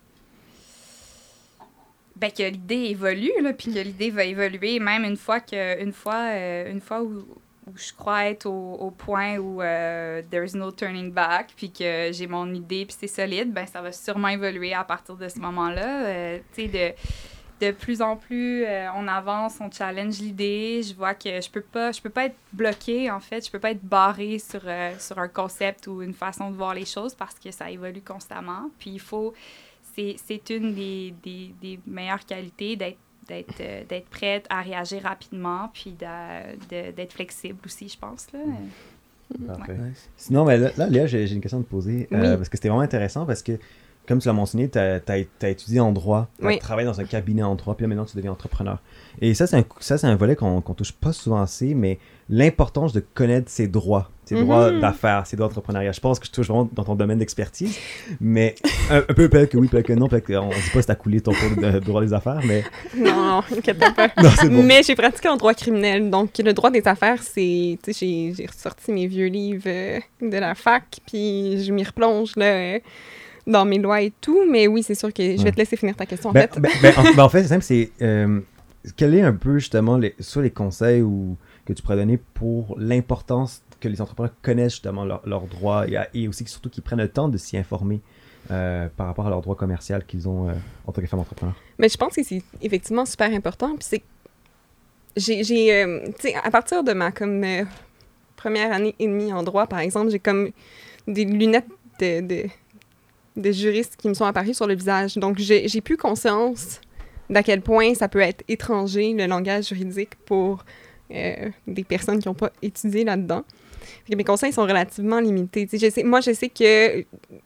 Ben, que l'idée évolue, là, puis que l'idée va évoluer, même une fois, que, une fois, euh, une fois où... où je crois être au, au point où euh, there's no turning back, puis que j'ai mon idée, puis c'est solide, ben ça va sûrement évoluer à partir de ce moment-là. Euh, tu sais, de, de plus en plus, euh, on avance, on challenge l'idée. Je vois que je peux pas, je peux pas être bloquée, en fait. Je peux pas être barrée sur, euh, sur un concept ou une façon de voir les choses parce que ça évolue constamment. Puis il faut... C'est, c'est une des, des, des meilleures qualités d'être, d'être, euh, d'être prête à réagir rapidement puis de, de, d'être flexible aussi, je pense, là. Parfait. Ouais. Nice. Sinon, ben là, là, Léa, j'ai, j'ai une question à te poser. Oui. Euh, parce que c'était vraiment intéressant parce que, comme tu l'as mentionné, tu as étudié en droit, tu as Oui. travaillé dans un cabinet en droit, puis là, maintenant, tu deviens entrepreneur. Et ça, c'est un, ça, c'est un volet qu'on qu'on touche pas souvent assez, mais l'importance de connaître ses droits, ses Mm-hmm. droits d'affaires, ses droits d'entrepreneuriat. Je pense que je touche vraiment dans ton domaine d'expertise, mais un, un peu peut-être que oui, peut-être que non, peut-être qu'on dit pas si t'as coulé ton cours de, de droit des affaires, mais... Non, non, inquiète pas. Non, c'est bon. Mais j'ai pratiqué en droit criminel. Donc, le droit des affaires, c'est... Tu sais, j'ai, j'ai ressorti mes vieux livres euh, de la fac, puis je m'y replonge, là, euh, dans mes lois et tout. Mais oui, c'est sûr que je vais Ouais. te laisser finir ta question, en Ben, fait. ben, ben, en, ben, en fait, c'est simple, c'est... Euh, quel est un peu, justement, les, soit les conseils ou, que tu pourrais donner pour l'importance que les entrepreneurs connaissent, justement, leurs leur droits et, et aussi, surtout, qu'ils prennent le temps de s'y informer euh, par rapport à leurs droits commerciaux qu'ils ont euh, en tant que femmes entrepreneurs? Mais je pense que c'est effectivement super important. Puis c'est... J'ai... j'ai euh, tu sais, à partir de ma, comme, euh, première année et demie en droit, par exemple, j'ai comme des lunettes de... de de juristes qui me sont apparus sur le visage. Donc, j'ai, j'ai plus conscience d'à quel point ça peut être étranger, le langage juridique, pour euh, des personnes qui n'ont pas étudié là-dedans. Fait que mes conseils sont relativement limités. Tu sais, je sais, moi, je sais que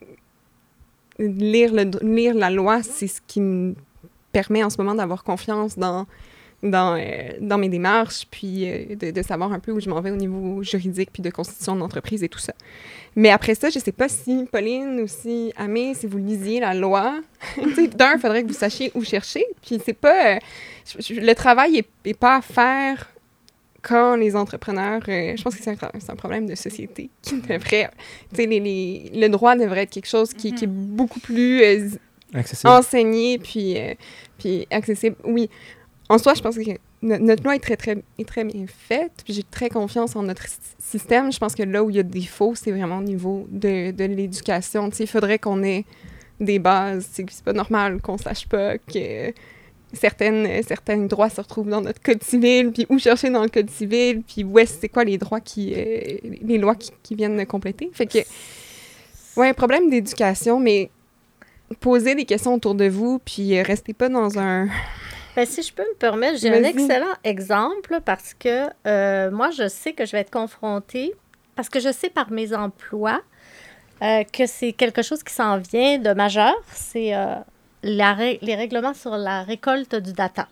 lire, le, lire la loi, c'est ce qui me permet en ce moment d'avoir confiance dans, dans, euh, dans mes démarches, puis euh, de, de savoir un peu où je m'en vais au niveau juridique, puis de constitution d'entreprise et tout ça. Mais après ça, je sais pas si Pauline ou si Amé, si vous lisiez la loi, d'un, il faudrait que vous sachiez où chercher. Puis c'est pas... Euh, je, je, le travail est, est pas à faire quand les entrepreneurs... Euh, je pense que c'est un, c'est un problème de société qui devrait... Tu sais, les, les, le droit devrait être quelque chose qui, mm-hmm. qui est beaucoup plus euh, accessible. Enseigné puis, euh, puis accessible. Oui. En soi, je pense que notre loi est très, très, est très bien faite, puis j'ai très confiance en notre système. Je pense que là où il y a des défauts, c'est vraiment au niveau de, de l'éducation. Tu sais, il faudrait qu'on ait des bases. C'est, c'est pas normal qu'on sache pas que certaines, certains droits se retrouvent dans notre code civil, puis où chercher dans le code civil, puis où est-ce, c'est quoi les droits qui... Euh, les lois qui, qui viennent compléter. Fait que... Ouais, un problème d'éducation, mais posez des questions autour de vous, puis restez pas dans un... Ben, si je peux me permettre, j'ai Vas-y. un excellent exemple parce que euh, moi, je sais que je vais être confrontée, parce que je sais par mes emplois euh, que c'est quelque chose qui s'en vient de majeur, c'est euh, la ré- les règlements sur la récolte du data.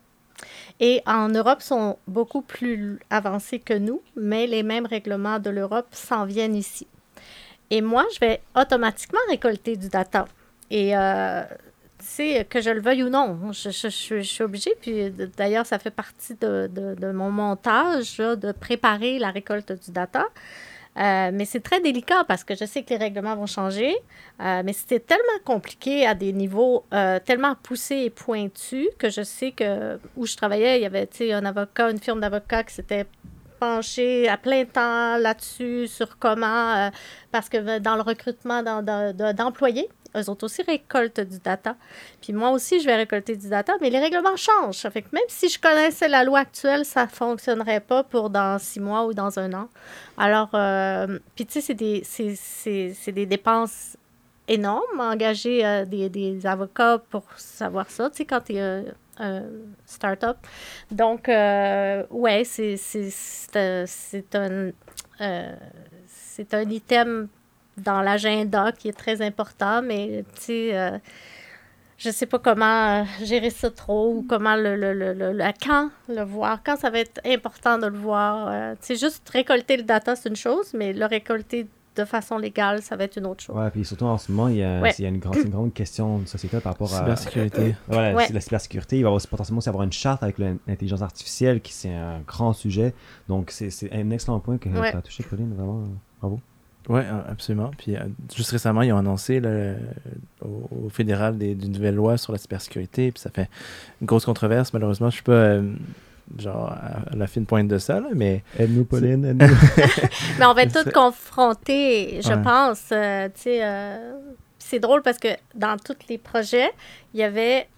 Et en Europe, sont beaucoup plus avancés que nous, mais les mêmes règlements de l'Europe s'en viennent ici. Et moi, je vais automatiquement récolter du data. Et... Euh, sais, que je le veuille ou non. Je, je, je, je suis obligée. Puis d'ailleurs, ça fait partie de, de, de mon montage, là, de préparer la récolte du data. Euh, mais c'est très délicat parce que je sais que les règlements vont changer. Euh, mais c'était tellement compliqué à des niveaux euh, tellement poussés et pointus que je sais que où je travaillais, il y avait un avocat, une firme d'avocats qui s'était penché à plein temps là-dessus, sur comment, euh, parce que dans le recrutement dans, dans, de, d'employés, eux autres aussi récoltent du data. Puis moi aussi, je vais récolter du data, mais les règlements changent. Ça fait que même si je connaissais la loi actuelle, ça ne fonctionnerait pas pour dans six mois ou dans un an. Alors, euh, puis tu sais, c'est des, c'est, c'est, c'est des dépenses énormes, engager euh, des, des avocats pour savoir ça, tu sais, quand tu es euh, un start-up. Donc, euh, ouais, c'est, c'est, c'est, c'est, un, euh, c'est un item dans l'agenda qui est très important, mais tu sais, euh, je sais pas comment gérer ça trop ou comment le, le, le, le, le quand le voir, quand ça va être important de le voir. Euh, tu sais, juste récolter le data, c'est une chose, mais le récolter de façon légale, ça va être une autre chose. Ouais, puis surtout en ce moment, il y a, ouais. il y a une, grande, une grande question de société par rapport à... Cybersécurité. Voilà, ouais. la cybersécurité. Il va aussi potentiellement aussi avoir une charte avec l'intelligence artificielle, qui c'est un grand sujet. Donc, c'est, c'est un excellent point que ouais. tu as touché, Pauline. Vraiment, bravo. Oui, absolument. Puis, euh, juste récemment, ils ont annoncé là, au, au fédéral des, d'une nouvelle loi sur la cybersécurité. Puis, ça fait une grosse controverse. Malheureusement, je ne suis pas... Euh, genre à la fine pointe de ça, là, mais... Aide-nous, Pauline, aide-nous. Mais on va être tous confrontés, je ouais. pense. Euh, tu sais, euh, c'est drôle parce que dans tous les projets, il y avait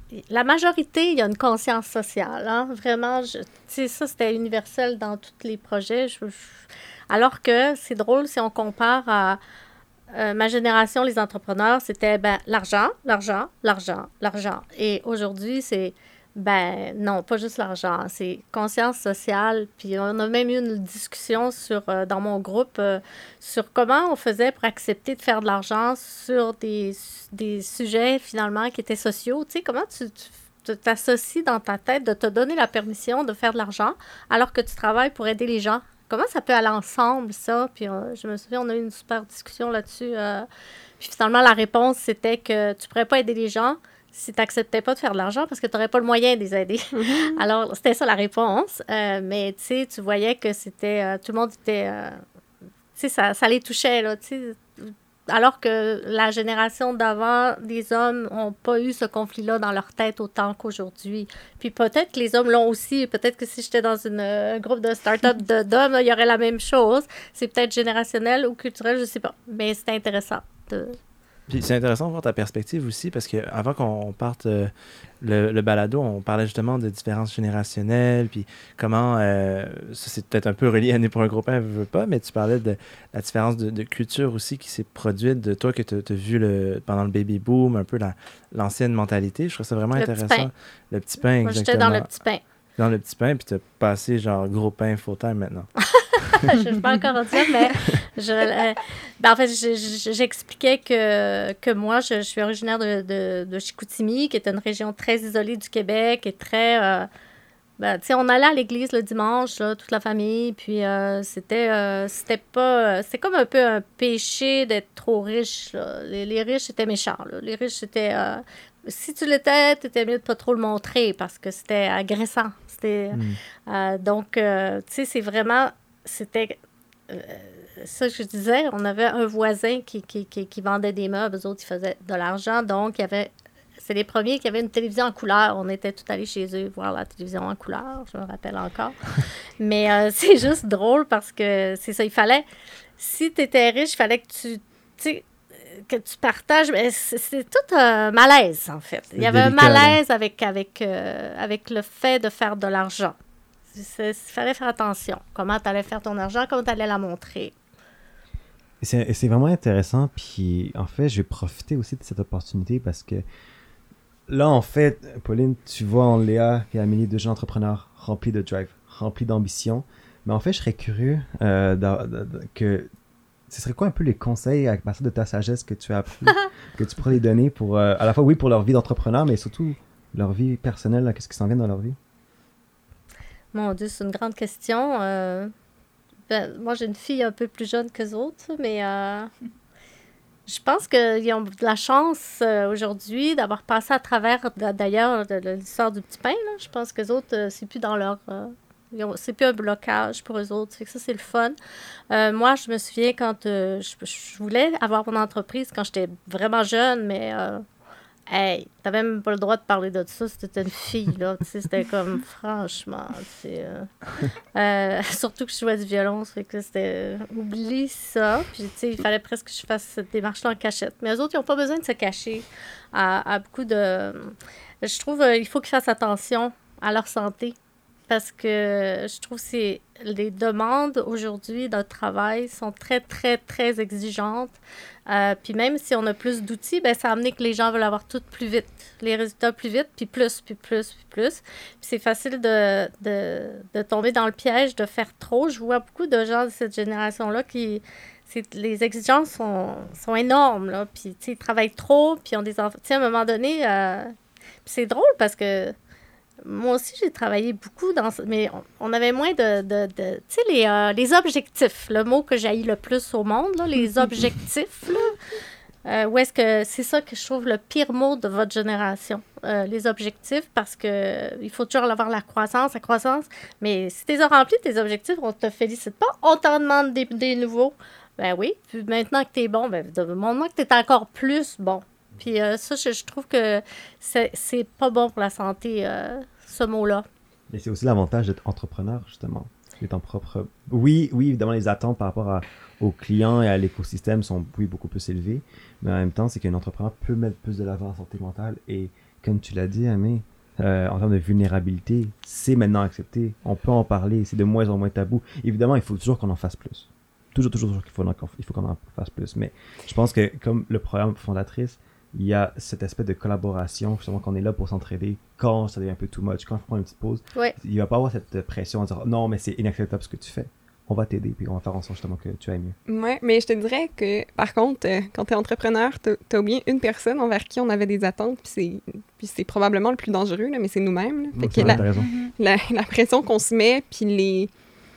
la majorité, il y a une conscience sociale. Hein? Vraiment, tu sais, ça, c'était universel dans tous les projets. Je, je, alors que c'est drôle si on compare à euh, ma génération, les entrepreneurs, c'était ben, l'argent, l'argent, l'argent, l'argent. Et aujourd'hui, c'est ben non, pas juste l'argent, c'est conscience sociale. Puis on a même eu une discussion sur, euh, dans mon groupe euh, sur comment on faisait pour accepter de faire de l'argent sur des, des sujets finalement qui étaient sociaux. Tu sais, comment tu, tu t'associes dans ta tête de te donner la permission de faire de l'argent alors que tu travailles pour aider les gens. Comment ça peut aller ensemble, ça? Puis euh, je me souviens, on a eu une super discussion là-dessus. Euh, puis finalement, la réponse, c'était que tu ne pourrais pas aider les gens si tu n'acceptais pas de faire de l'argent parce que tu n'aurais pas le moyen de les aider. Mm-hmm. Alors, c'était ça la réponse. Euh, mais, tu sais, tu voyais que c'était... Euh, tout le monde était... Euh, tu sais, ça, ça les touchait, là, tu sais. Alors que la génération d'avant, les hommes n'ont pas eu ce conflit-là dans leur tête autant qu'aujourd'hui. Puis peut-être que les hommes l'ont aussi. Peut-être que si j'étais dans une, un groupe de start-up de, d'hommes, il y aurait la même chose. C'est peut-être générationnel ou culturel, je ne sais pas. Mais c'est intéressant de... Puis c'est intéressant de voir ta perspective aussi, parce qu'avant qu'on parte euh, le, le balado, on parlait justement de différences générationnelles, puis comment, euh, ça c'est peut-être un peu relié à Né pour un gros pain, veux, veux pas, mais tu parlais de la différence de, de culture aussi qui s'est produite de toi, que tu as vu le, pendant le baby boom, un peu la, l'ancienne mentalité. Je trouve ça vraiment le intéressant. Petit pain. Le petit pain, Moi, exactement. j'étais dans le petit pain. Dans le petit pain, puis tu as passé genre gros pain full time maintenant. Je ne suis pas encore en dire, mais je, euh, ben en fait, je, je, j'expliquais que, que moi, je, je suis originaire de, de, de Chicoutimi, qui est une région très isolée du Québec et très... Euh, ben, tu sais, on allait à l'église le dimanche, là, toute la famille, puis euh, c'était, euh, c'était pas... C'était comme un peu un péché d'être trop riche, là. Les, les riches étaient méchants, là. Les riches, c'était... Euh, si tu l'étais, t'étais mieux de pas trop le montrer parce que c'était agressant. C'était... Mm. Euh, donc, euh, tu sais, c'est vraiment... C'était euh, ça que je disais, on avait un voisin qui, qui, qui, qui vendait des meubles, eux autres, ils faisaient de l'argent, donc il y avait, c'est les premiers qui avaient une télévision en couleur. On était tous allés chez eux voir la télévision en couleur, je me rappelle encore. Mais euh, c'est juste drôle parce que c'est ça, il fallait, si tu étais riche, il fallait que tu, tu sais, que tu partages, mais c'est, c'est tout un malaise, en fait. Il y avait délicat, un malaise avec, avec, euh, avec le fait de faire de l'argent. Il fallait faire attention. Comment tu allais faire ton argent, comment tu allais la montrer. Et c'est, et c'est vraiment intéressant. Puis, en fait, je vais profiter aussi de cette opportunité parce que là, en fait, Pauline, tu vois en Léa et Amélie deux jeunes entrepreneurs remplis de drive, remplis d'ambition. Mais en fait, je serais curieux euh, de, de, de, que... Ce serait quoi un peu les conseils à partir de ta sagesse que tu as appris, que tu pourrais les donner pour, euh, à la fois, oui, pour leur vie d'entrepreneur, mais surtout leur vie personnelle, là, qu'est-ce qui s'en vient dans leur vie? Mon Dieu, c'est une grande question. Euh, ben, moi, j'ai une fille un peu plus jeune que les autres, mais euh, je pense qu'ils ont de la chance euh, aujourd'hui d'avoir passé à travers, d'ailleurs, de, de l'histoire du petit pain. Là. Je pense que les autres, euh, c'est plus dans leur... Euh, ont, c'est plus un blocage pour eux autres. Fait que ça, c'est le fun. Euh, moi, je me souviens quand euh, je, je voulais avoir mon entreprise quand j'étais vraiment jeune, mais... Euh, hey, t'avais même pas le droit de parler de ça, c'était une fille, là, tu sais, c'était comme, franchement, c'est... Euh, euh, surtout que je jouais du violon, ça fait que c'était... Oublie ça, puis tu sais, il fallait presque que je fasse cette démarche-là en cachette. Mais eux autres, ils n'ont pas besoin de se cacher à, à beaucoup de... Je trouve qu'il euh, faut qu'ils fassent attention à leur santé, parce que je trouve que c'est... les demandes aujourd'hui de travail sont très, très, très exigeantes. Euh, puis même si on a plus d'outils, ben, ça a amené que les gens veulent avoir tout plus vite, les résultats plus vite, puis plus, puis plus, puis plus. Puis c'est facile de, de, de tomber dans le piège de faire trop. Je vois beaucoup de gens de cette génération-là qui... C'est, les exigences sont, sont énormes, là. Puis, tu sais, ils travaillent trop, puis ils ont des enfants. Tu sais, à un moment donné, euh... puis c'est drôle parce que moi aussi, j'ai travaillé beaucoup dans... Mais on, on avait moins de... de, de tu sais, les, euh, les objectifs, le mot que j'haïs le plus au monde, là, les objectifs, là. Euh, où est-ce que... C'est ça que je trouve le pire mot de votre génération, euh, les objectifs, parce que il faut toujours avoir la croissance, la croissance. Mais si tu les as remplis, tes objectifs, on te félicite pas, on t'en demande des, des nouveaux. Ben oui, puis maintenant que tu es bon, ben montre-moi que tu es encore plus bon. Puis euh, ça, je, je trouve que c'est, c'est pas bon pour la santé, euh, ce mot-là. Mais c'est aussi l'avantage d'être entrepreneur, justement. D'être en propre... Oui, oui, évidemment, les attentes par rapport à, aux clients et à l'écosystème sont, oui, beaucoup plus élevées. Mais en même temps, c'est qu'un entrepreneur peut mettre plus de l'avant en santé mentale et comme tu l'as dit, Amé, euh, en termes de vulnérabilité, c'est maintenant accepté. On peut en parler, c'est de moins en moins tabou. Évidemment, il faut toujours qu'on en fasse plus. Toujours, toujours, toujours qu'il faut, il faut qu'on en fasse plus. Mais je pense que, comme le programme Fondatrice, il y a cet aspect de collaboration, justement, qu'on est là pour s'entraider quand ça devient un peu too much, quand il faut prendre une petite pause. Ouais. Il ne va pas avoir cette pression de dire « Non, mais c'est inacceptable ce que tu fais. » On va t'aider, puis on va faire en sorte justement que tu ailles mieux. Ouais, mais je te dirais que, par contre, euh, quand tu es entrepreneur, tu as oublié une personne envers qui on avait des attentes, puis c'est, puis c'est probablement le plus dangereux, là, mais c'est nous-mêmes. Là. Fait Donc, que vrai, la, raison. la, la pression qu'on se met, puis les...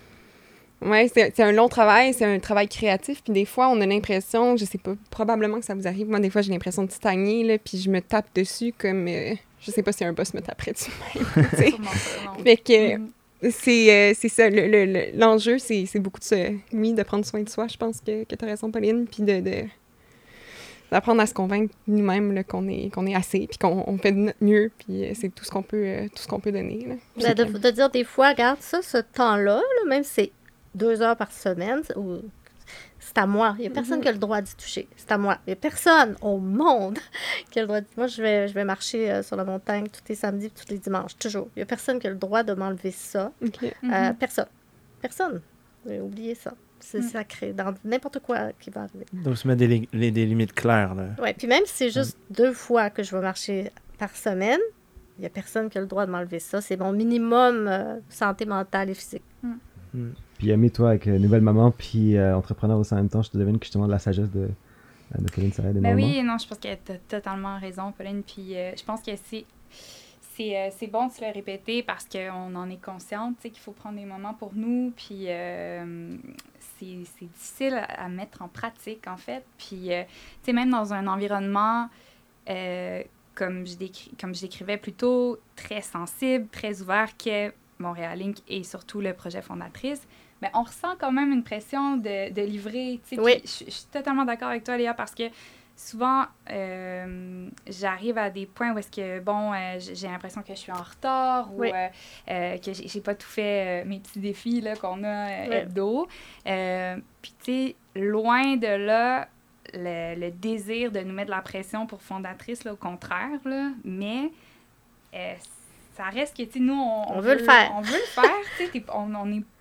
Ouais, c'est, c'est un long travail, c'est un travail créatif, puis des fois, on a l'impression, je sais pas, probablement que ça vous arrive, moi, des fois, j'ai l'impression de stagner, là, puis je me tape dessus comme... Euh, je sais pas si un boss me taperait dessus même, tu sais. Fait que... Mm-hmm. C'est, euh, c'est ça, le, le, le, l'enjeu, c'est, c'est beaucoup de se, oui, de prendre soin de soi, je pense que, que tu as raison, Pauline, puis de, de, d'apprendre à se convaincre nous-mêmes là, qu'on, est, qu'on est assez, puis qu'on on fait de notre mieux, puis euh, c'est tout ce qu'on peut, euh, tout ce qu'on peut donner. Là. Ben, de, de dire des fois, regarde ça, ce temps-là, là, même si c'est deux heures par semaine, ou... c'est à moi. Il n'y a personne mm-hmm. qui a le droit d'y toucher. C'est à moi. Il n'y a personne au monde qui a le droit d'y... Moi, je vais, je vais marcher euh, sur la montagne tous les samedis et tous les dimanches, toujours. Il n'y a personne qui a le droit de m'enlever ça. Okay. Euh, mm-hmm. Personne. Personne. J'ai oublié ça. C'est mm. sacré. Dans n'importe quoi qui va arriver. Donc, se mettre des, li- des limites claires. Là. Oui, puis même si c'est juste mm. deux fois que je vais marcher par semaine, il n'y a personne qui a le droit de m'enlever ça. C'est mon minimum euh, santé mentale et physique. Mm. Mm. Puis Amé, toi, avec euh, nouvelle maman, puis euh, entrepreneur aussi en même temps, je te devine que justement de la sagesse de, de Pauline Sarret. Ben oui, non, je pense qu'elle a totalement raison, Pauline. Puis euh, je pense que c'est, c'est, euh, c'est bon de se le répéter parce qu'on en est consciente, tu sais, qu'il faut prendre des moments pour nous. Puis euh, c'est, c'est difficile à, à mettre en pratique, en fait. Puis, euh, tu sais, même dans un environnement, euh, comme, je décri- comme je décrivais plus tôt, très sensible, très ouvert, qu'est Montréal Inc et surtout le projet Fondatrice, mais on ressent quand même une pression de, de livrer. Oui. Je, je suis totalement d'accord avec toi, Léa, parce que souvent, euh, j'arrive à des points où est-ce que, bon, euh, j'ai l'impression que je suis en retard ou oui. euh, euh, que j'ai, j'ai pas tout fait euh, mes petits défis là, qu'on a euh, oui. hebdo. Euh, Puis, tu sais, loin de là, le, le désir de nous mettre de la pression pour Fondatrice, là, au contraire, là, mais euh, ça reste que, tu sais, nous, on, on, on veut le faire. On veut le faire, tu sais, on, on est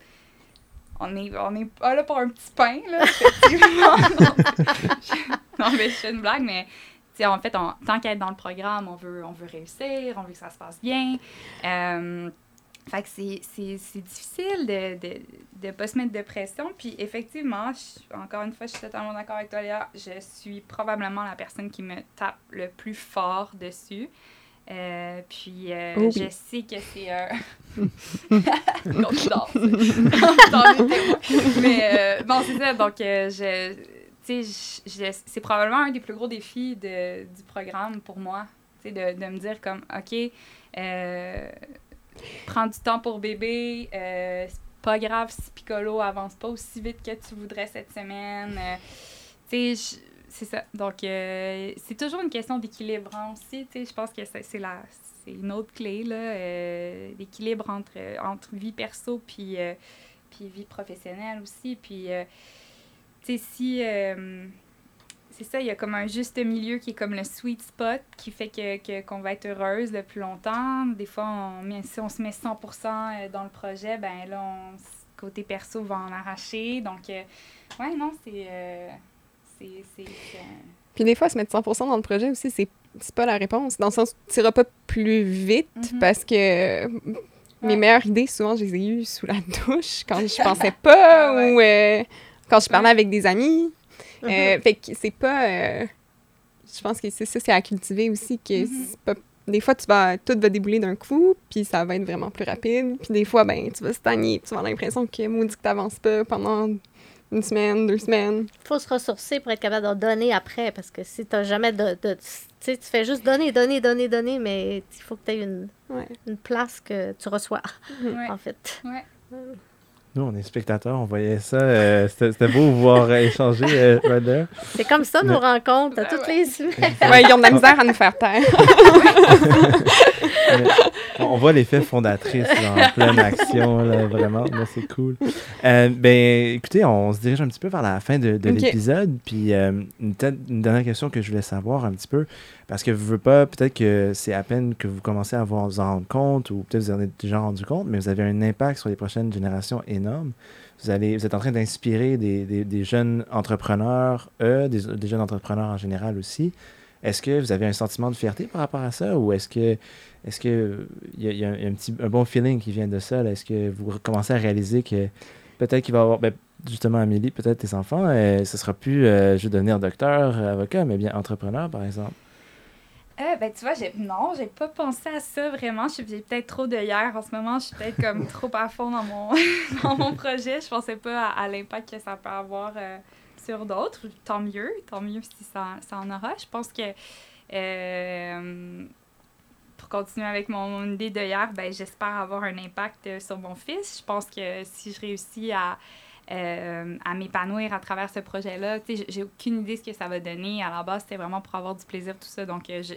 On est, on est pas là pour un petit pain, là, effectivement. Non, mais je fais une blague, mais en fait, on, tant qu'à être dans le programme, on veut, on veut réussir, on veut que ça se passe bien. Euh, fait que c'est, c'est, c'est difficile de ne de, de pas se mettre de pression. Puis effectivement, je, encore une fois, je suis totalement d'accord avec toi, Léa, je suis probablement la personne qui me tape le plus fort dessus. Euh, puis euh, oh oui. Je sais que c'est un euh... confidence mais euh, bon c'est ça donc euh, je tu sais je, je, c'est probablement un des plus gros défis de, du programme pour moi, tu sais, de, de me dire comme ok euh, prends du temps pour bébé, euh, c'est pas grave si Piccolo avance pas aussi vite que tu voudrais cette semaine, euh, tu sais je c'est ça. Donc, euh, c'est toujours une question d'équilibre aussi. Tu sais, je pense que c'est, c'est, la, c'est une autre clé, là, euh, l'équilibre entre, entre vie perso puis, euh, puis vie professionnelle aussi. Puis, euh, tu sais, si... Euh, c'est ça, il y a comme un juste milieu qui est comme le sweet spot qui fait que, que, qu'on va être heureuse le plus longtemps. Des fois, on met, si on se met cent pour cent dans le projet, ben là, on, côté perso, va en arracher. Donc, euh, ouais, non, c'est... Euh, C'est, c'est, c'est... Puis des fois, se mettre cent pour cent dans le projet aussi, c'est, c'est pas la réponse. Dans le sens où tu n'iras pas plus vite mm-hmm. parce que ouais. mes meilleures idées, souvent, je les ai eues sous la douche quand je pensais pas ah ouais. ou euh, quand je parlais ouais. avec des amis. Mm-hmm. Euh, fait que c'est pas... Euh, je pense que c'est ça, c'est à cultiver aussi. Que mm-hmm. c'est pas, des fois, tu vas, tout va débouler d'un coup, puis ça va être vraiment plus rapide. Puis des fois, ben, tu vas stagner, puis tu vas avoir l'impression que maudit que t'avances pas pendant... une semaine, deux semaines. Il faut se ressourcer pour être capable de donner après, parce que si tu n'as jamais de... de tu sais, tu fais juste donner, donner, donner, donner, mais il faut que tu aies une, ouais. une place que tu reçois, ouais. en fait. Ouais. Nous, on est spectateurs, on voyait ça. Euh, c'était, c'était beau de voir euh, échanger euh, right there. C'est comme ça nos rencontres, à ben toutes ouais. les semaines. Ouais, ils ont de la misère à nous faire taire. On voit l'effet fondatrice là, en pleine action, là, vraiment. Là, c'est cool. Euh, ben, écoutez, on se dirige un petit peu vers la fin de, de okay. l'épisode. Puis, euh, une, une dernière question que je voulais savoir un petit peu, parce que vous ne voulez pas, peut-être que c'est à peine que vous commencez à vous en rendre compte, ou peut-être vous en êtes déjà rendu compte, mais vous avez un impact sur les prochaines générations énorme. Vous, allez, vous êtes en train d'inspirer des, des, des jeunes entrepreneurs, eux, des, des jeunes entrepreneurs en général aussi. Est-ce que vous avez un sentiment de fierté par rapport à ça, ou est-ce que est-ce que il y, y a un petit un bon feeling qui vient de ça? Là? Est-ce que vous commencez à réaliser que peut-être qu'il va y avoir, ben, justement Amélie, peut-être tes enfants, euh, ce sera plus euh, je veux devenir docteur, avocat, mais bien entrepreneur par exemple? Euh, ben, tu vois, j'ai... non, j'ai pas pensé à ça vraiment. Je suis peut-être trop de hier en ce moment. Je suis peut-être comme trop à fond dans mon, dans mon projet. Je pensais pas à, à l'impact que ça peut avoir euh, sur d'autres. Tant mieux, tant mieux si ça, ça en aura. Je pense que euh, pour continuer avec mon, mon idée de hier, ben, j'espère avoir un impact sur mon fils. Je pense que si je réussis à Euh, à m'épanouir à travers ce projet-là. Tu sais, j'ai aucune idée de ce que ça va donner. À la base, c'était vraiment pour avoir du plaisir, tout ça. Donc, euh, je,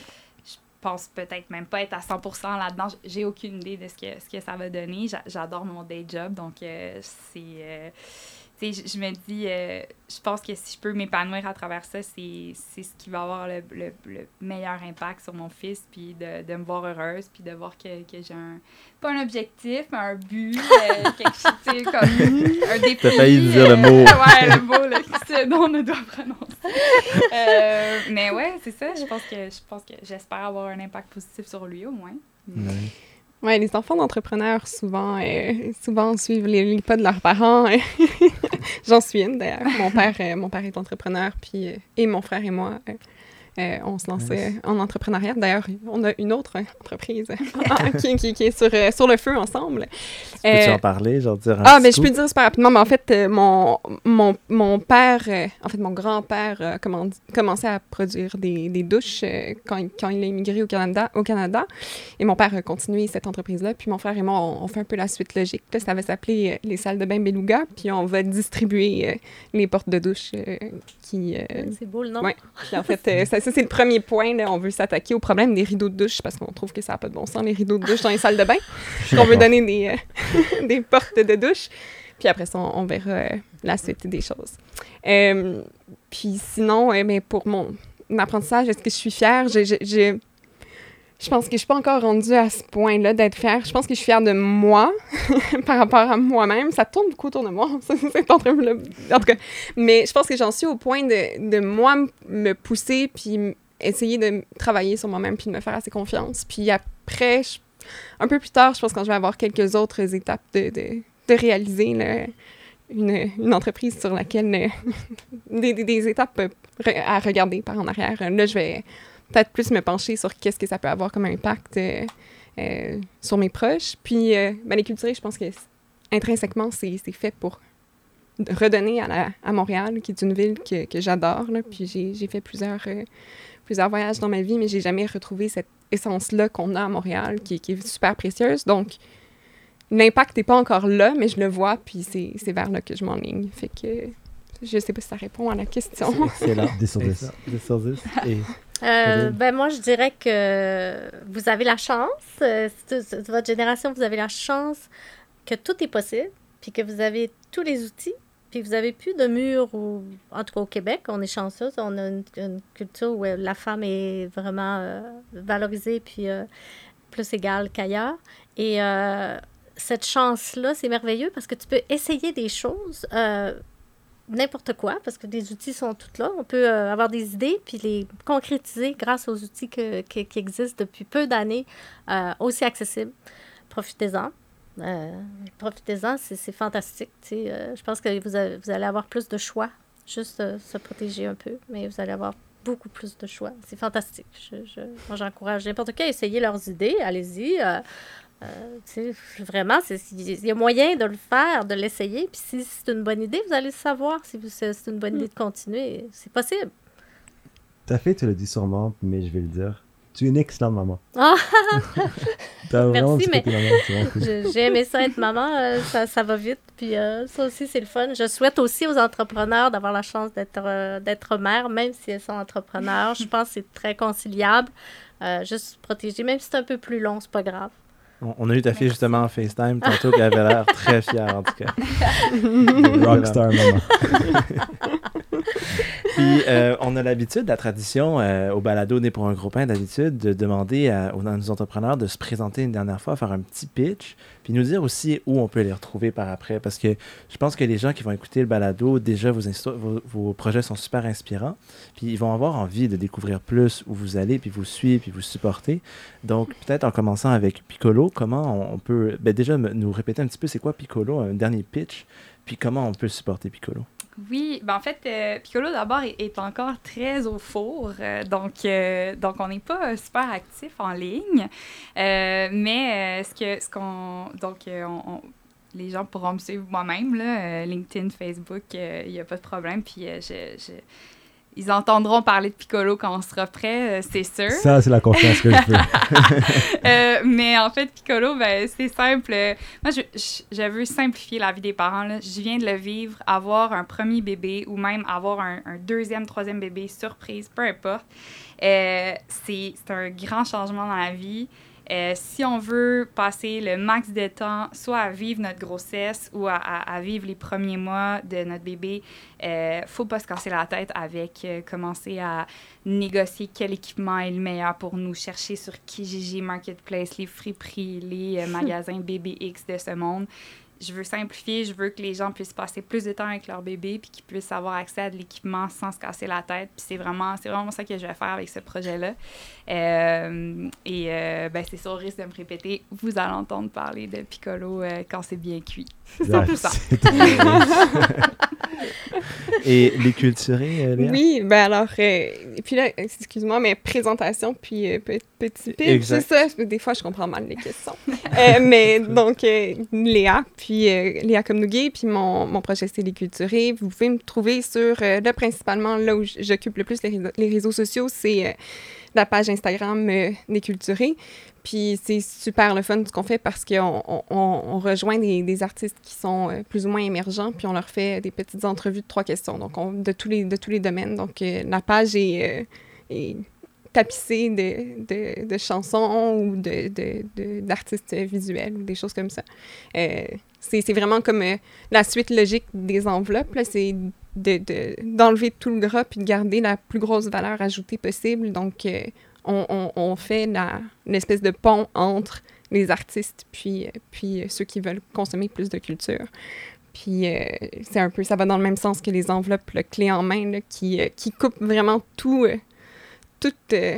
je pense peut-être même pas être à cent pour cent là-dedans. J'ai aucune idée de ce que, ce que ça va donner. J'a, j'adore mon day job. Donc, euh, c'est... Euh, tu sais, je, je me dis... Euh, je pense que si je peux m'épanouir à travers ça, c'est, c'est ce qui va avoir le, le, le meilleur impact sur mon fils, puis de, de me voir heureuse, puis de voir que, que j'ai un... Pas un objectif, mais un but, euh, quelque chose, tu sais, comme un défi. T'as failli dire euh, le mot. Ouais, le mot, là, que ce dont on ne doit prononcer. Euh, mais ouais, c'est ça. Je pense que je pense que j'espère avoir un impact positif sur lui, au moins. Ouais. Ouais, les enfants d'entrepreneurs, souvent, euh, souvent suivent les, les pas de leurs parents. J'en suis une, d'ailleurs. Mon père, euh, mon père est entrepreneur, puis, euh, et mon frère et moi, euh, euh, on se lançait nice. en entrepreneuriat. D'ailleurs, on a une autre entreprise qui, qui, qui est sur, euh, sur le feu ensemble. Peux-tu euh, en parler, genre dire un Ah, petit mais je coup? peux dire super rapidement, mais en fait, euh, mon, mon, mon père, euh, en fait, mon grand-père a command- commencé à produire des, des douches euh, quand, il, quand il a immigré au Canada, au Canada. Et mon père a continué cette entreprise-là. Puis mon frère et moi, on, on fait un peu la suite logique. Là, ça va s'appeler euh, les salles de bain Beluga. Puis on va distribuer euh, les portes de douche euh, qui... Euh, c'est beau le nom. Ouais. Puis en fait, euh, ça, ça, c'est le premier point. Là. On veut s'attaquer au problème des rideaux de douche parce qu'on trouve que ça n'a pas de bon sens, les rideaux de douche dans les salles de bain. On veut donner des, euh, des portes de douche. Puis après ça, on, on verra euh, la suite des choses. Euh, puis sinon, euh, mais pour mon apprentissage, est-ce que je suis fière? Je, je, je, je pense que je ne suis pas encore rendue à ce point-là d'être fière. Je pense que je suis fière de moi par rapport à moi-même. Ça tourne beaucoup autour de moi, cette entreprise-là. En tout cas, mais je pense que j'en suis au point de, de moi me pousser puis essayer de travailler sur moi-même puis de me faire assez confiance. Puis après, je, un peu plus tard, je pense quand je vais avoir quelques autres étapes de, de, de réaliser là, une, une entreprise sur laquelle... Euh, des, des, des étapes à regarder par en arrière. Là, je vais peut-être plus me pencher sur qu'est-ce que ça peut avoir comme impact euh, euh, sur mes proches. Puis, euh, ben, les culturés, je pense que intrinsèquement, c'est, c'est fait pour redonner à, la, à Montréal, qui est une ville que, que j'adore. Là. Puis j'ai, j'ai fait plusieurs, euh, plusieurs voyages dans ma vie, mais j'ai jamais retrouvé cette essence-là qu'on a à Montréal, qui, qui est super précieuse. Donc, l'impact n'est pas encore là, mais je le vois, puis c'est, c'est vers là que je m'enligne. Fait que je sais pas si ça répond à la question. C'est excellent. dix sur dix. dix sur dix. Et... Euh, ben moi, je dirais que vous avez la chance, euh, c'est, votre génération, vous avez la chance que tout est possible, puis que vous avez tous les outils, puis vous n'avez plus de murs, ou en tout cas au Québec, on est chanceux, on a une, une culture où la femme est vraiment euh, valorisée, puis euh, plus égale qu'ailleurs. Et euh, cette chance-là, c'est merveilleux parce que tu peux essayer des choses, euh, n'importe quoi, parce que les outils sont tous là. On peut euh, avoir des idées puis les concrétiser grâce aux outils que, que, qui existent depuis peu d'années, euh, aussi accessibles. Profitez-en. Euh, profitez-en, c'est, c'est fantastique. Euh, je pense que vous, avez, vous allez avoir plus de choix. Juste euh, se protéger un peu, mais vous allez avoir beaucoup plus de choix. C'est fantastique. Je, je, moi, j'encourage n'importe qui à essayer leurs idées. Allez-y. Euh, Euh, vraiment, il y a moyen de le faire, de l'essayer. Puis si c'est une bonne idée, vous allez le savoir si vous, c'est une bonne idée de continuer. C'est possible. Ta fille te l'a dit sûrement, mais je vais le dire. Tu es une excellente maman. Ah! T'as vraiment Merci, dit mais que t'es maman, c'est vraiment cool. je- j'ai aimé ça être maman, euh, ça, ça va vite, puis euh, ça aussi, c'est le fun. Je souhaite aussi aux entrepreneurs d'avoir la chance d'être euh, d'être mère, même si elles sont entrepreneurs. Je pense que c'est très conciliable. Euh, juste protéger, même si c'est un peu plus long, c'est pas grave. On, on a eu ta fille justement en FaceTime tantôt, qui avait l'air très fière en tout cas. Rockstar maman. Puis, euh, on a l'habitude, la tradition euh, au balado Né pour un gros pain, d'habitude, de demander à, aux, à nos entrepreneurs de se présenter une dernière fois, faire un petit pitch, puis nous dire aussi où on peut les retrouver par après. Parce que je pense que les gens qui vont écouter le balado, déjà, vos, insto- vos, vos projets sont super inspirants, puis ils vont avoir envie de découvrir plus où vous allez, puis vous suivre, puis vous supporter. Donc, peut-être en commençant avec Piccolo, comment on, on peut... Ben déjà, me- nous répéter un petit peu c'est quoi Piccolo, un dernier pitch, puis comment on peut supporter Piccolo. Oui, ben en fait, euh, Piccolo d'abord est, est encore très au four, euh, donc, euh, donc on n'est pas euh, super actif en ligne, euh, mais euh, ce que ce qu'on donc euh, on, on- les gens pourront me suivre moi-même là, euh, LinkedIn, Facebook, il n'y a pas de problème, puis euh, je, je- ils entendront parler de Piccolo quand on sera prêt, euh, c'est sûr. Ça, c'est la confiance que je veux. Euh, mais en fait, Piccolo, ben, c'est simple. Moi, je, je, je veux simplifier la vie des parents. Là. Je viens de le vivre, avoir un premier bébé ou même avoir un, un deuxième, troisième bébé, surprise, peu importe. Euh, c'est, c'est un grand changement dans la vie. Euh, si on veut passer le max de temps, soit à vivre notre grossesse ou à, à, à vivre les premiers mois de notre bébé, il ne faut pas se casser la tête avec euh, commencer à négocier quel équipement est le meilleur pour nous, chercher sur Kijiji Marketplace, les friperies, les euh, magasins B B X de ce monde. Je veux simplifier, je veux que les gens puissent passer plus de temps avec leur bébé puis qu'ils puissent avoir accès à de l'équipement sans se casser la tête. Puis c'est vraiment, c'est vraiment ça que je vais faire avec ce projet-là. Euh, et euh, ben c'est ça, au risque de me répéter, vous allez entendre parler de Piccolo euh, quand c'est bien cuit. cent pour cent. C'est très Et les culturés, euh, Léa? Oui, ben alors, euh, et puis là, excuse-moi, mais présentation, puis euh, pe- petit pitch, Exact. c'est ça. parce que Des fois, je comprends mal les questions. Euh, mais donc, euh, Léa, puis euh, Léa Comnouguet, puis mon, mon projet, c'est Les Culturés. Vous pouvez me trouver sur, euh, là, principalement, là où j- j'occupe le plus les réseaux, les réseaux sociaux, c'est euh, la page Instagram euh, des Culturés. Puis c'est super le fun ce qu'on fait parce qu'on on, on- on rejoint des, des artistes qui sont euh, plus ou moins émergents, puis on leur fait des petites entrevues de trois questions, donc on- de, tous les, de tous les domaines. Donc euh, la page est, euh, est tapissée de, de, de chansons ou de, de, de- d'artistes visuels ou des choses comme ça. Euh, c'est, c'est vraiment comme euh, la suite logique des enveloppes, là, c'est de, de, d'enlever tout le gras puis de garder la plus grosse valeur ajoutée possible. Donc, euh, on, on, on fait la, l'espèce de pont entre les artistes puis, puis euh, ceux qui veulent consommer plus de culture. Puis euh, c'est un peu, ça va dans le même sens que les enveloppes là, clés en main là, qui, euh, qui coupent vraiment tout, euh, toute euh,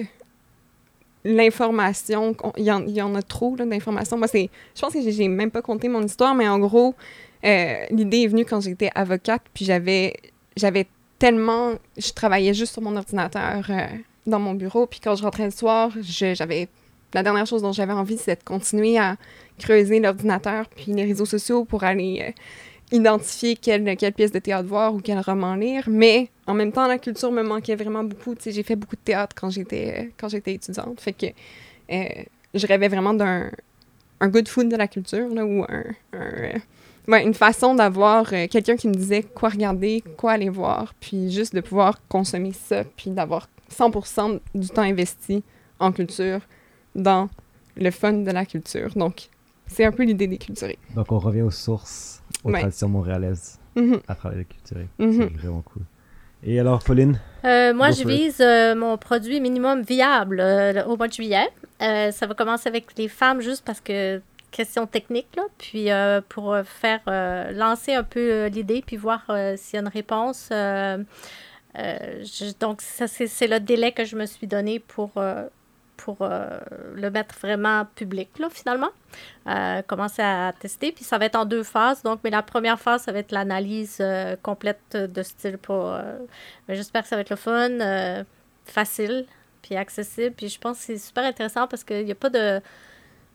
l'information. qu'on- Il y, en, il y en a trop là, d'informations. Moi, c'est, je pense que j'ai, j'ai même pas compté mon histoire, mais en gros, euh, l'idée est venue quand j'étais avocate, puis j'avais, j'avais tellement... Je travaillais juste sur mon ordinateur euh, dans mon bureau, puis quand je rentrais le soir, je- j'avais... La dernière chose dont j'avais envie, c'est de continuer à creuser l'ordinateur puis les réseaux sociaux pour aller euh, identifier quelle, quelle pièce de théâtre voir ou quel roman lire. Mais en même temps, la culture me manquait vraiment beaucoup. Tu sais, j'ai fait beaucoup de théâtre quand j'étais, euh, quand j'étais étudiante. Fait que euh, je rêvais vraiment d'un un good food de la culture, là, ou un, un, euh, ouais, une façon d'avoir euh, quelqu'un qui me disait quoi regarder, quoi aller voir, puis juste de pouvoir consommer ça, puis d'avoir cent pour cent du temps investi en culture dans le fun de la culture. Donc, c'est un peu l'idée des culturés. Donc, on revient aux sources, aux Ouais. traditions montréalaises Mhm. à travers les culturés. Mhm. C'est vraiment cool. Et alors, Pauline? Euh, moi, Go je for it. vise euh, mon produit minimum viable euh, au mois de juillet. Euh, ça va commencer avec les femmes juste parce que question technique, là, puis euh, pour euh, faire euh, lancer un peu euh, l'idée, puis voir euh, s'il y a une réponse. Euh, euh, je- donc, ça, c'est, c'est le délai que je me suis donné pour, euh, pour euh, le mettre vraiment public, là, finalement. Euh, commencer à tester, puis ça va être en deux phases. Donc, mais la première phase, ça va être l'analyse euh, complète de style pour... euh, mais j'espère que ça va être le fun, euh, facile, puis accessible. Puis je pense que c'est super intéressant parce qu'il n'y a pas de...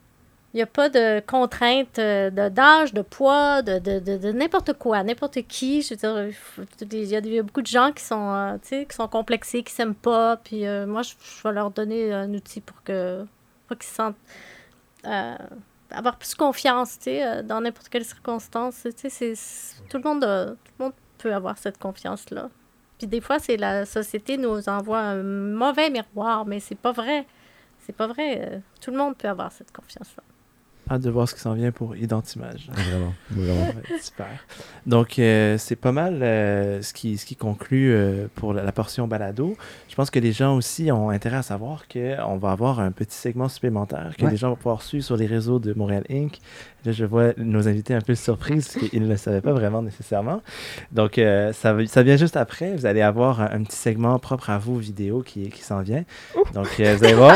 Il n'y a pas de contraintes euh, de, d'âge, de poids, de, de, de, de n'importe quoi, n'importe qui. Je veux dire, il, faut, il, y a, il y a beaucoup de gens qui sont, euh, tu sais, qui sont complexés, qui ne s'aiment pas. Puis euh, moi, je, je vais leur donner un outil pour, que, pour qu'ils se sentent... Euh, avoir plus confiance, tu sais, euh, dans n'importe quelle circonstance. Tu sais, c'est, c'est, tout, le monde, euh, tout le monde peut avoir cette confiance-là. Puis des fois, c'est la société nous envoie un mauvais miroir, mais c'est pas vrai. C'est pas vrai. Euh, tout le monde peut avoir cette confiance-là. Hâte de voir ce qui s'en vient pour Identimage. Vraiment, vraiment. Ouais, super. Donc, euh, c'est pas mal euh, ce, qui, ce qui conclut euh, pour la, la portion balado. Je pense que les gens aussi ont intérêt à savoir qu'on va avoir un petit segment supplémentaire que ouais. les gens vont pouvoir suivre sur les réseaux de Montréal Inc. Là, je vois nos invités un peu surprises parce qu'ils ne le savaient pas vraiment nécessairement. Donc, euh, ça, ça vient juste après. Vous allez avoir un, un petit segment propre à vous, vidéo, qui, qui s'en vient. Donc, euh, vous allez voir.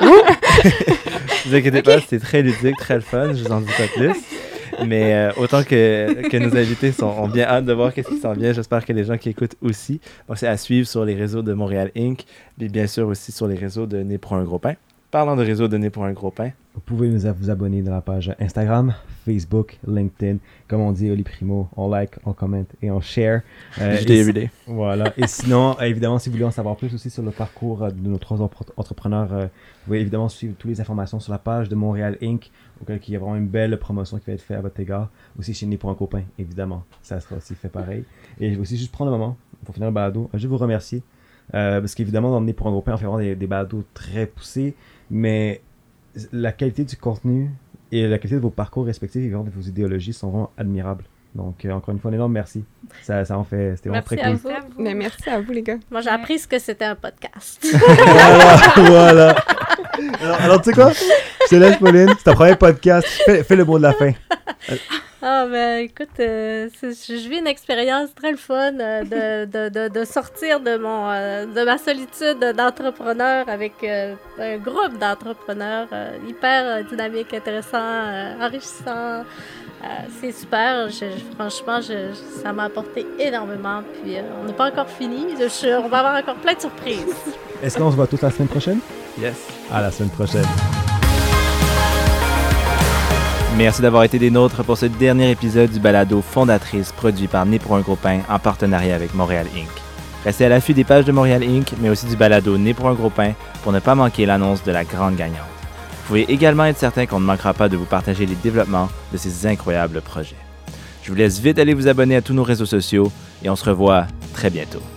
Ne vous inquiétez okay. pas, c'est très ludique, très le fun. Je vous en dis pas plus. Mais euh, autant que, que nos invités sont, ont bien hâte de voir qu'est-ce qui s'en vient, j'espère que les gens qui écoutent aussi. Donc, c'est à suivre sur les réseaux de Montréal Inc. Et bien sûr aussi sur les réseaux de Né pour un gros pain. Parlant de réseau de Né pour un gros pain. Vous pouvez nous vous abonner dans la page Instagram, Facebook, LinkedIn. Comme on dit, Oli Primo, on like, on commente et on share. Euh, J D everyday. Voilà. Et sinon, évidemment, si vous voulez en savoir plus aussi sur le parcours de nos trois entrepreneurs, euh, vous pouvez évidemment suivre toutes les informations sur la page de Montréal Inc, auquel il y a vraiment une belle promotion qui va être faite à votre égard. Aussi chez Né pour un copain, évidemment. Ça sera aussi fait pareil. Et aussi juste prendre un moment pour finir le balado. Je vais vous remercier. Euh, parce qu'évidemment, dans Né pour un copain, on fait vraiment des, des balados très poussés. Mais la qualité du contenu et la qualité de vos parcours respectifs et de vos idéologies sont vraiment admirables. Donc, euh, encore une fois, un énorme merci. Ça, ça en fait, c'était vraiment merci très cool. À vous. Mais merci à vous, les gars. Moi, j'ai appris ce que c'était un podcast. Voilà, voilà. Alors, alors tu sais quoi? Je te laisse, Pauline. C'est ton premier podcast. Fais, fais le mot de la fin. Ah, ben, écoute, euh, je vis une expérience très le fun euh, de, de, de, de sortir de, mon, euh, de ma solitude d'entrepreneur avec euh, un groupe d'entrepreneurs euh, hyper euh, dynamique, intéressant, euh, enrichissant. Euh, c'est super. Je, je, franchement, je, ça m'a apporté énormément. Puis, euh, on n'est pas encore fini. Je, on va avoir encore plein de surprises. Est-ce qu'on se voit tous la semaine prochaine? Yes. À la semaine prochaine. Merci d'avoir été des nôtres pour ce dernier épisode du balado Fondatrice produit par Né pour un gros pain en partenariat avec Montréal Inc. Restez à l'affût des pages de Montréal Inc, mais aussi du balado Né pour un gros pain pour ne pas manquer l'annonce de la grande gagnante. Vous pouvez également être certain qu'on ne manquera pas de vous partager les développements de ces incroyables projets. Je vous laisse vite aller vous abonner à tous nos réseaux sociaux et on se revoit très bientôt.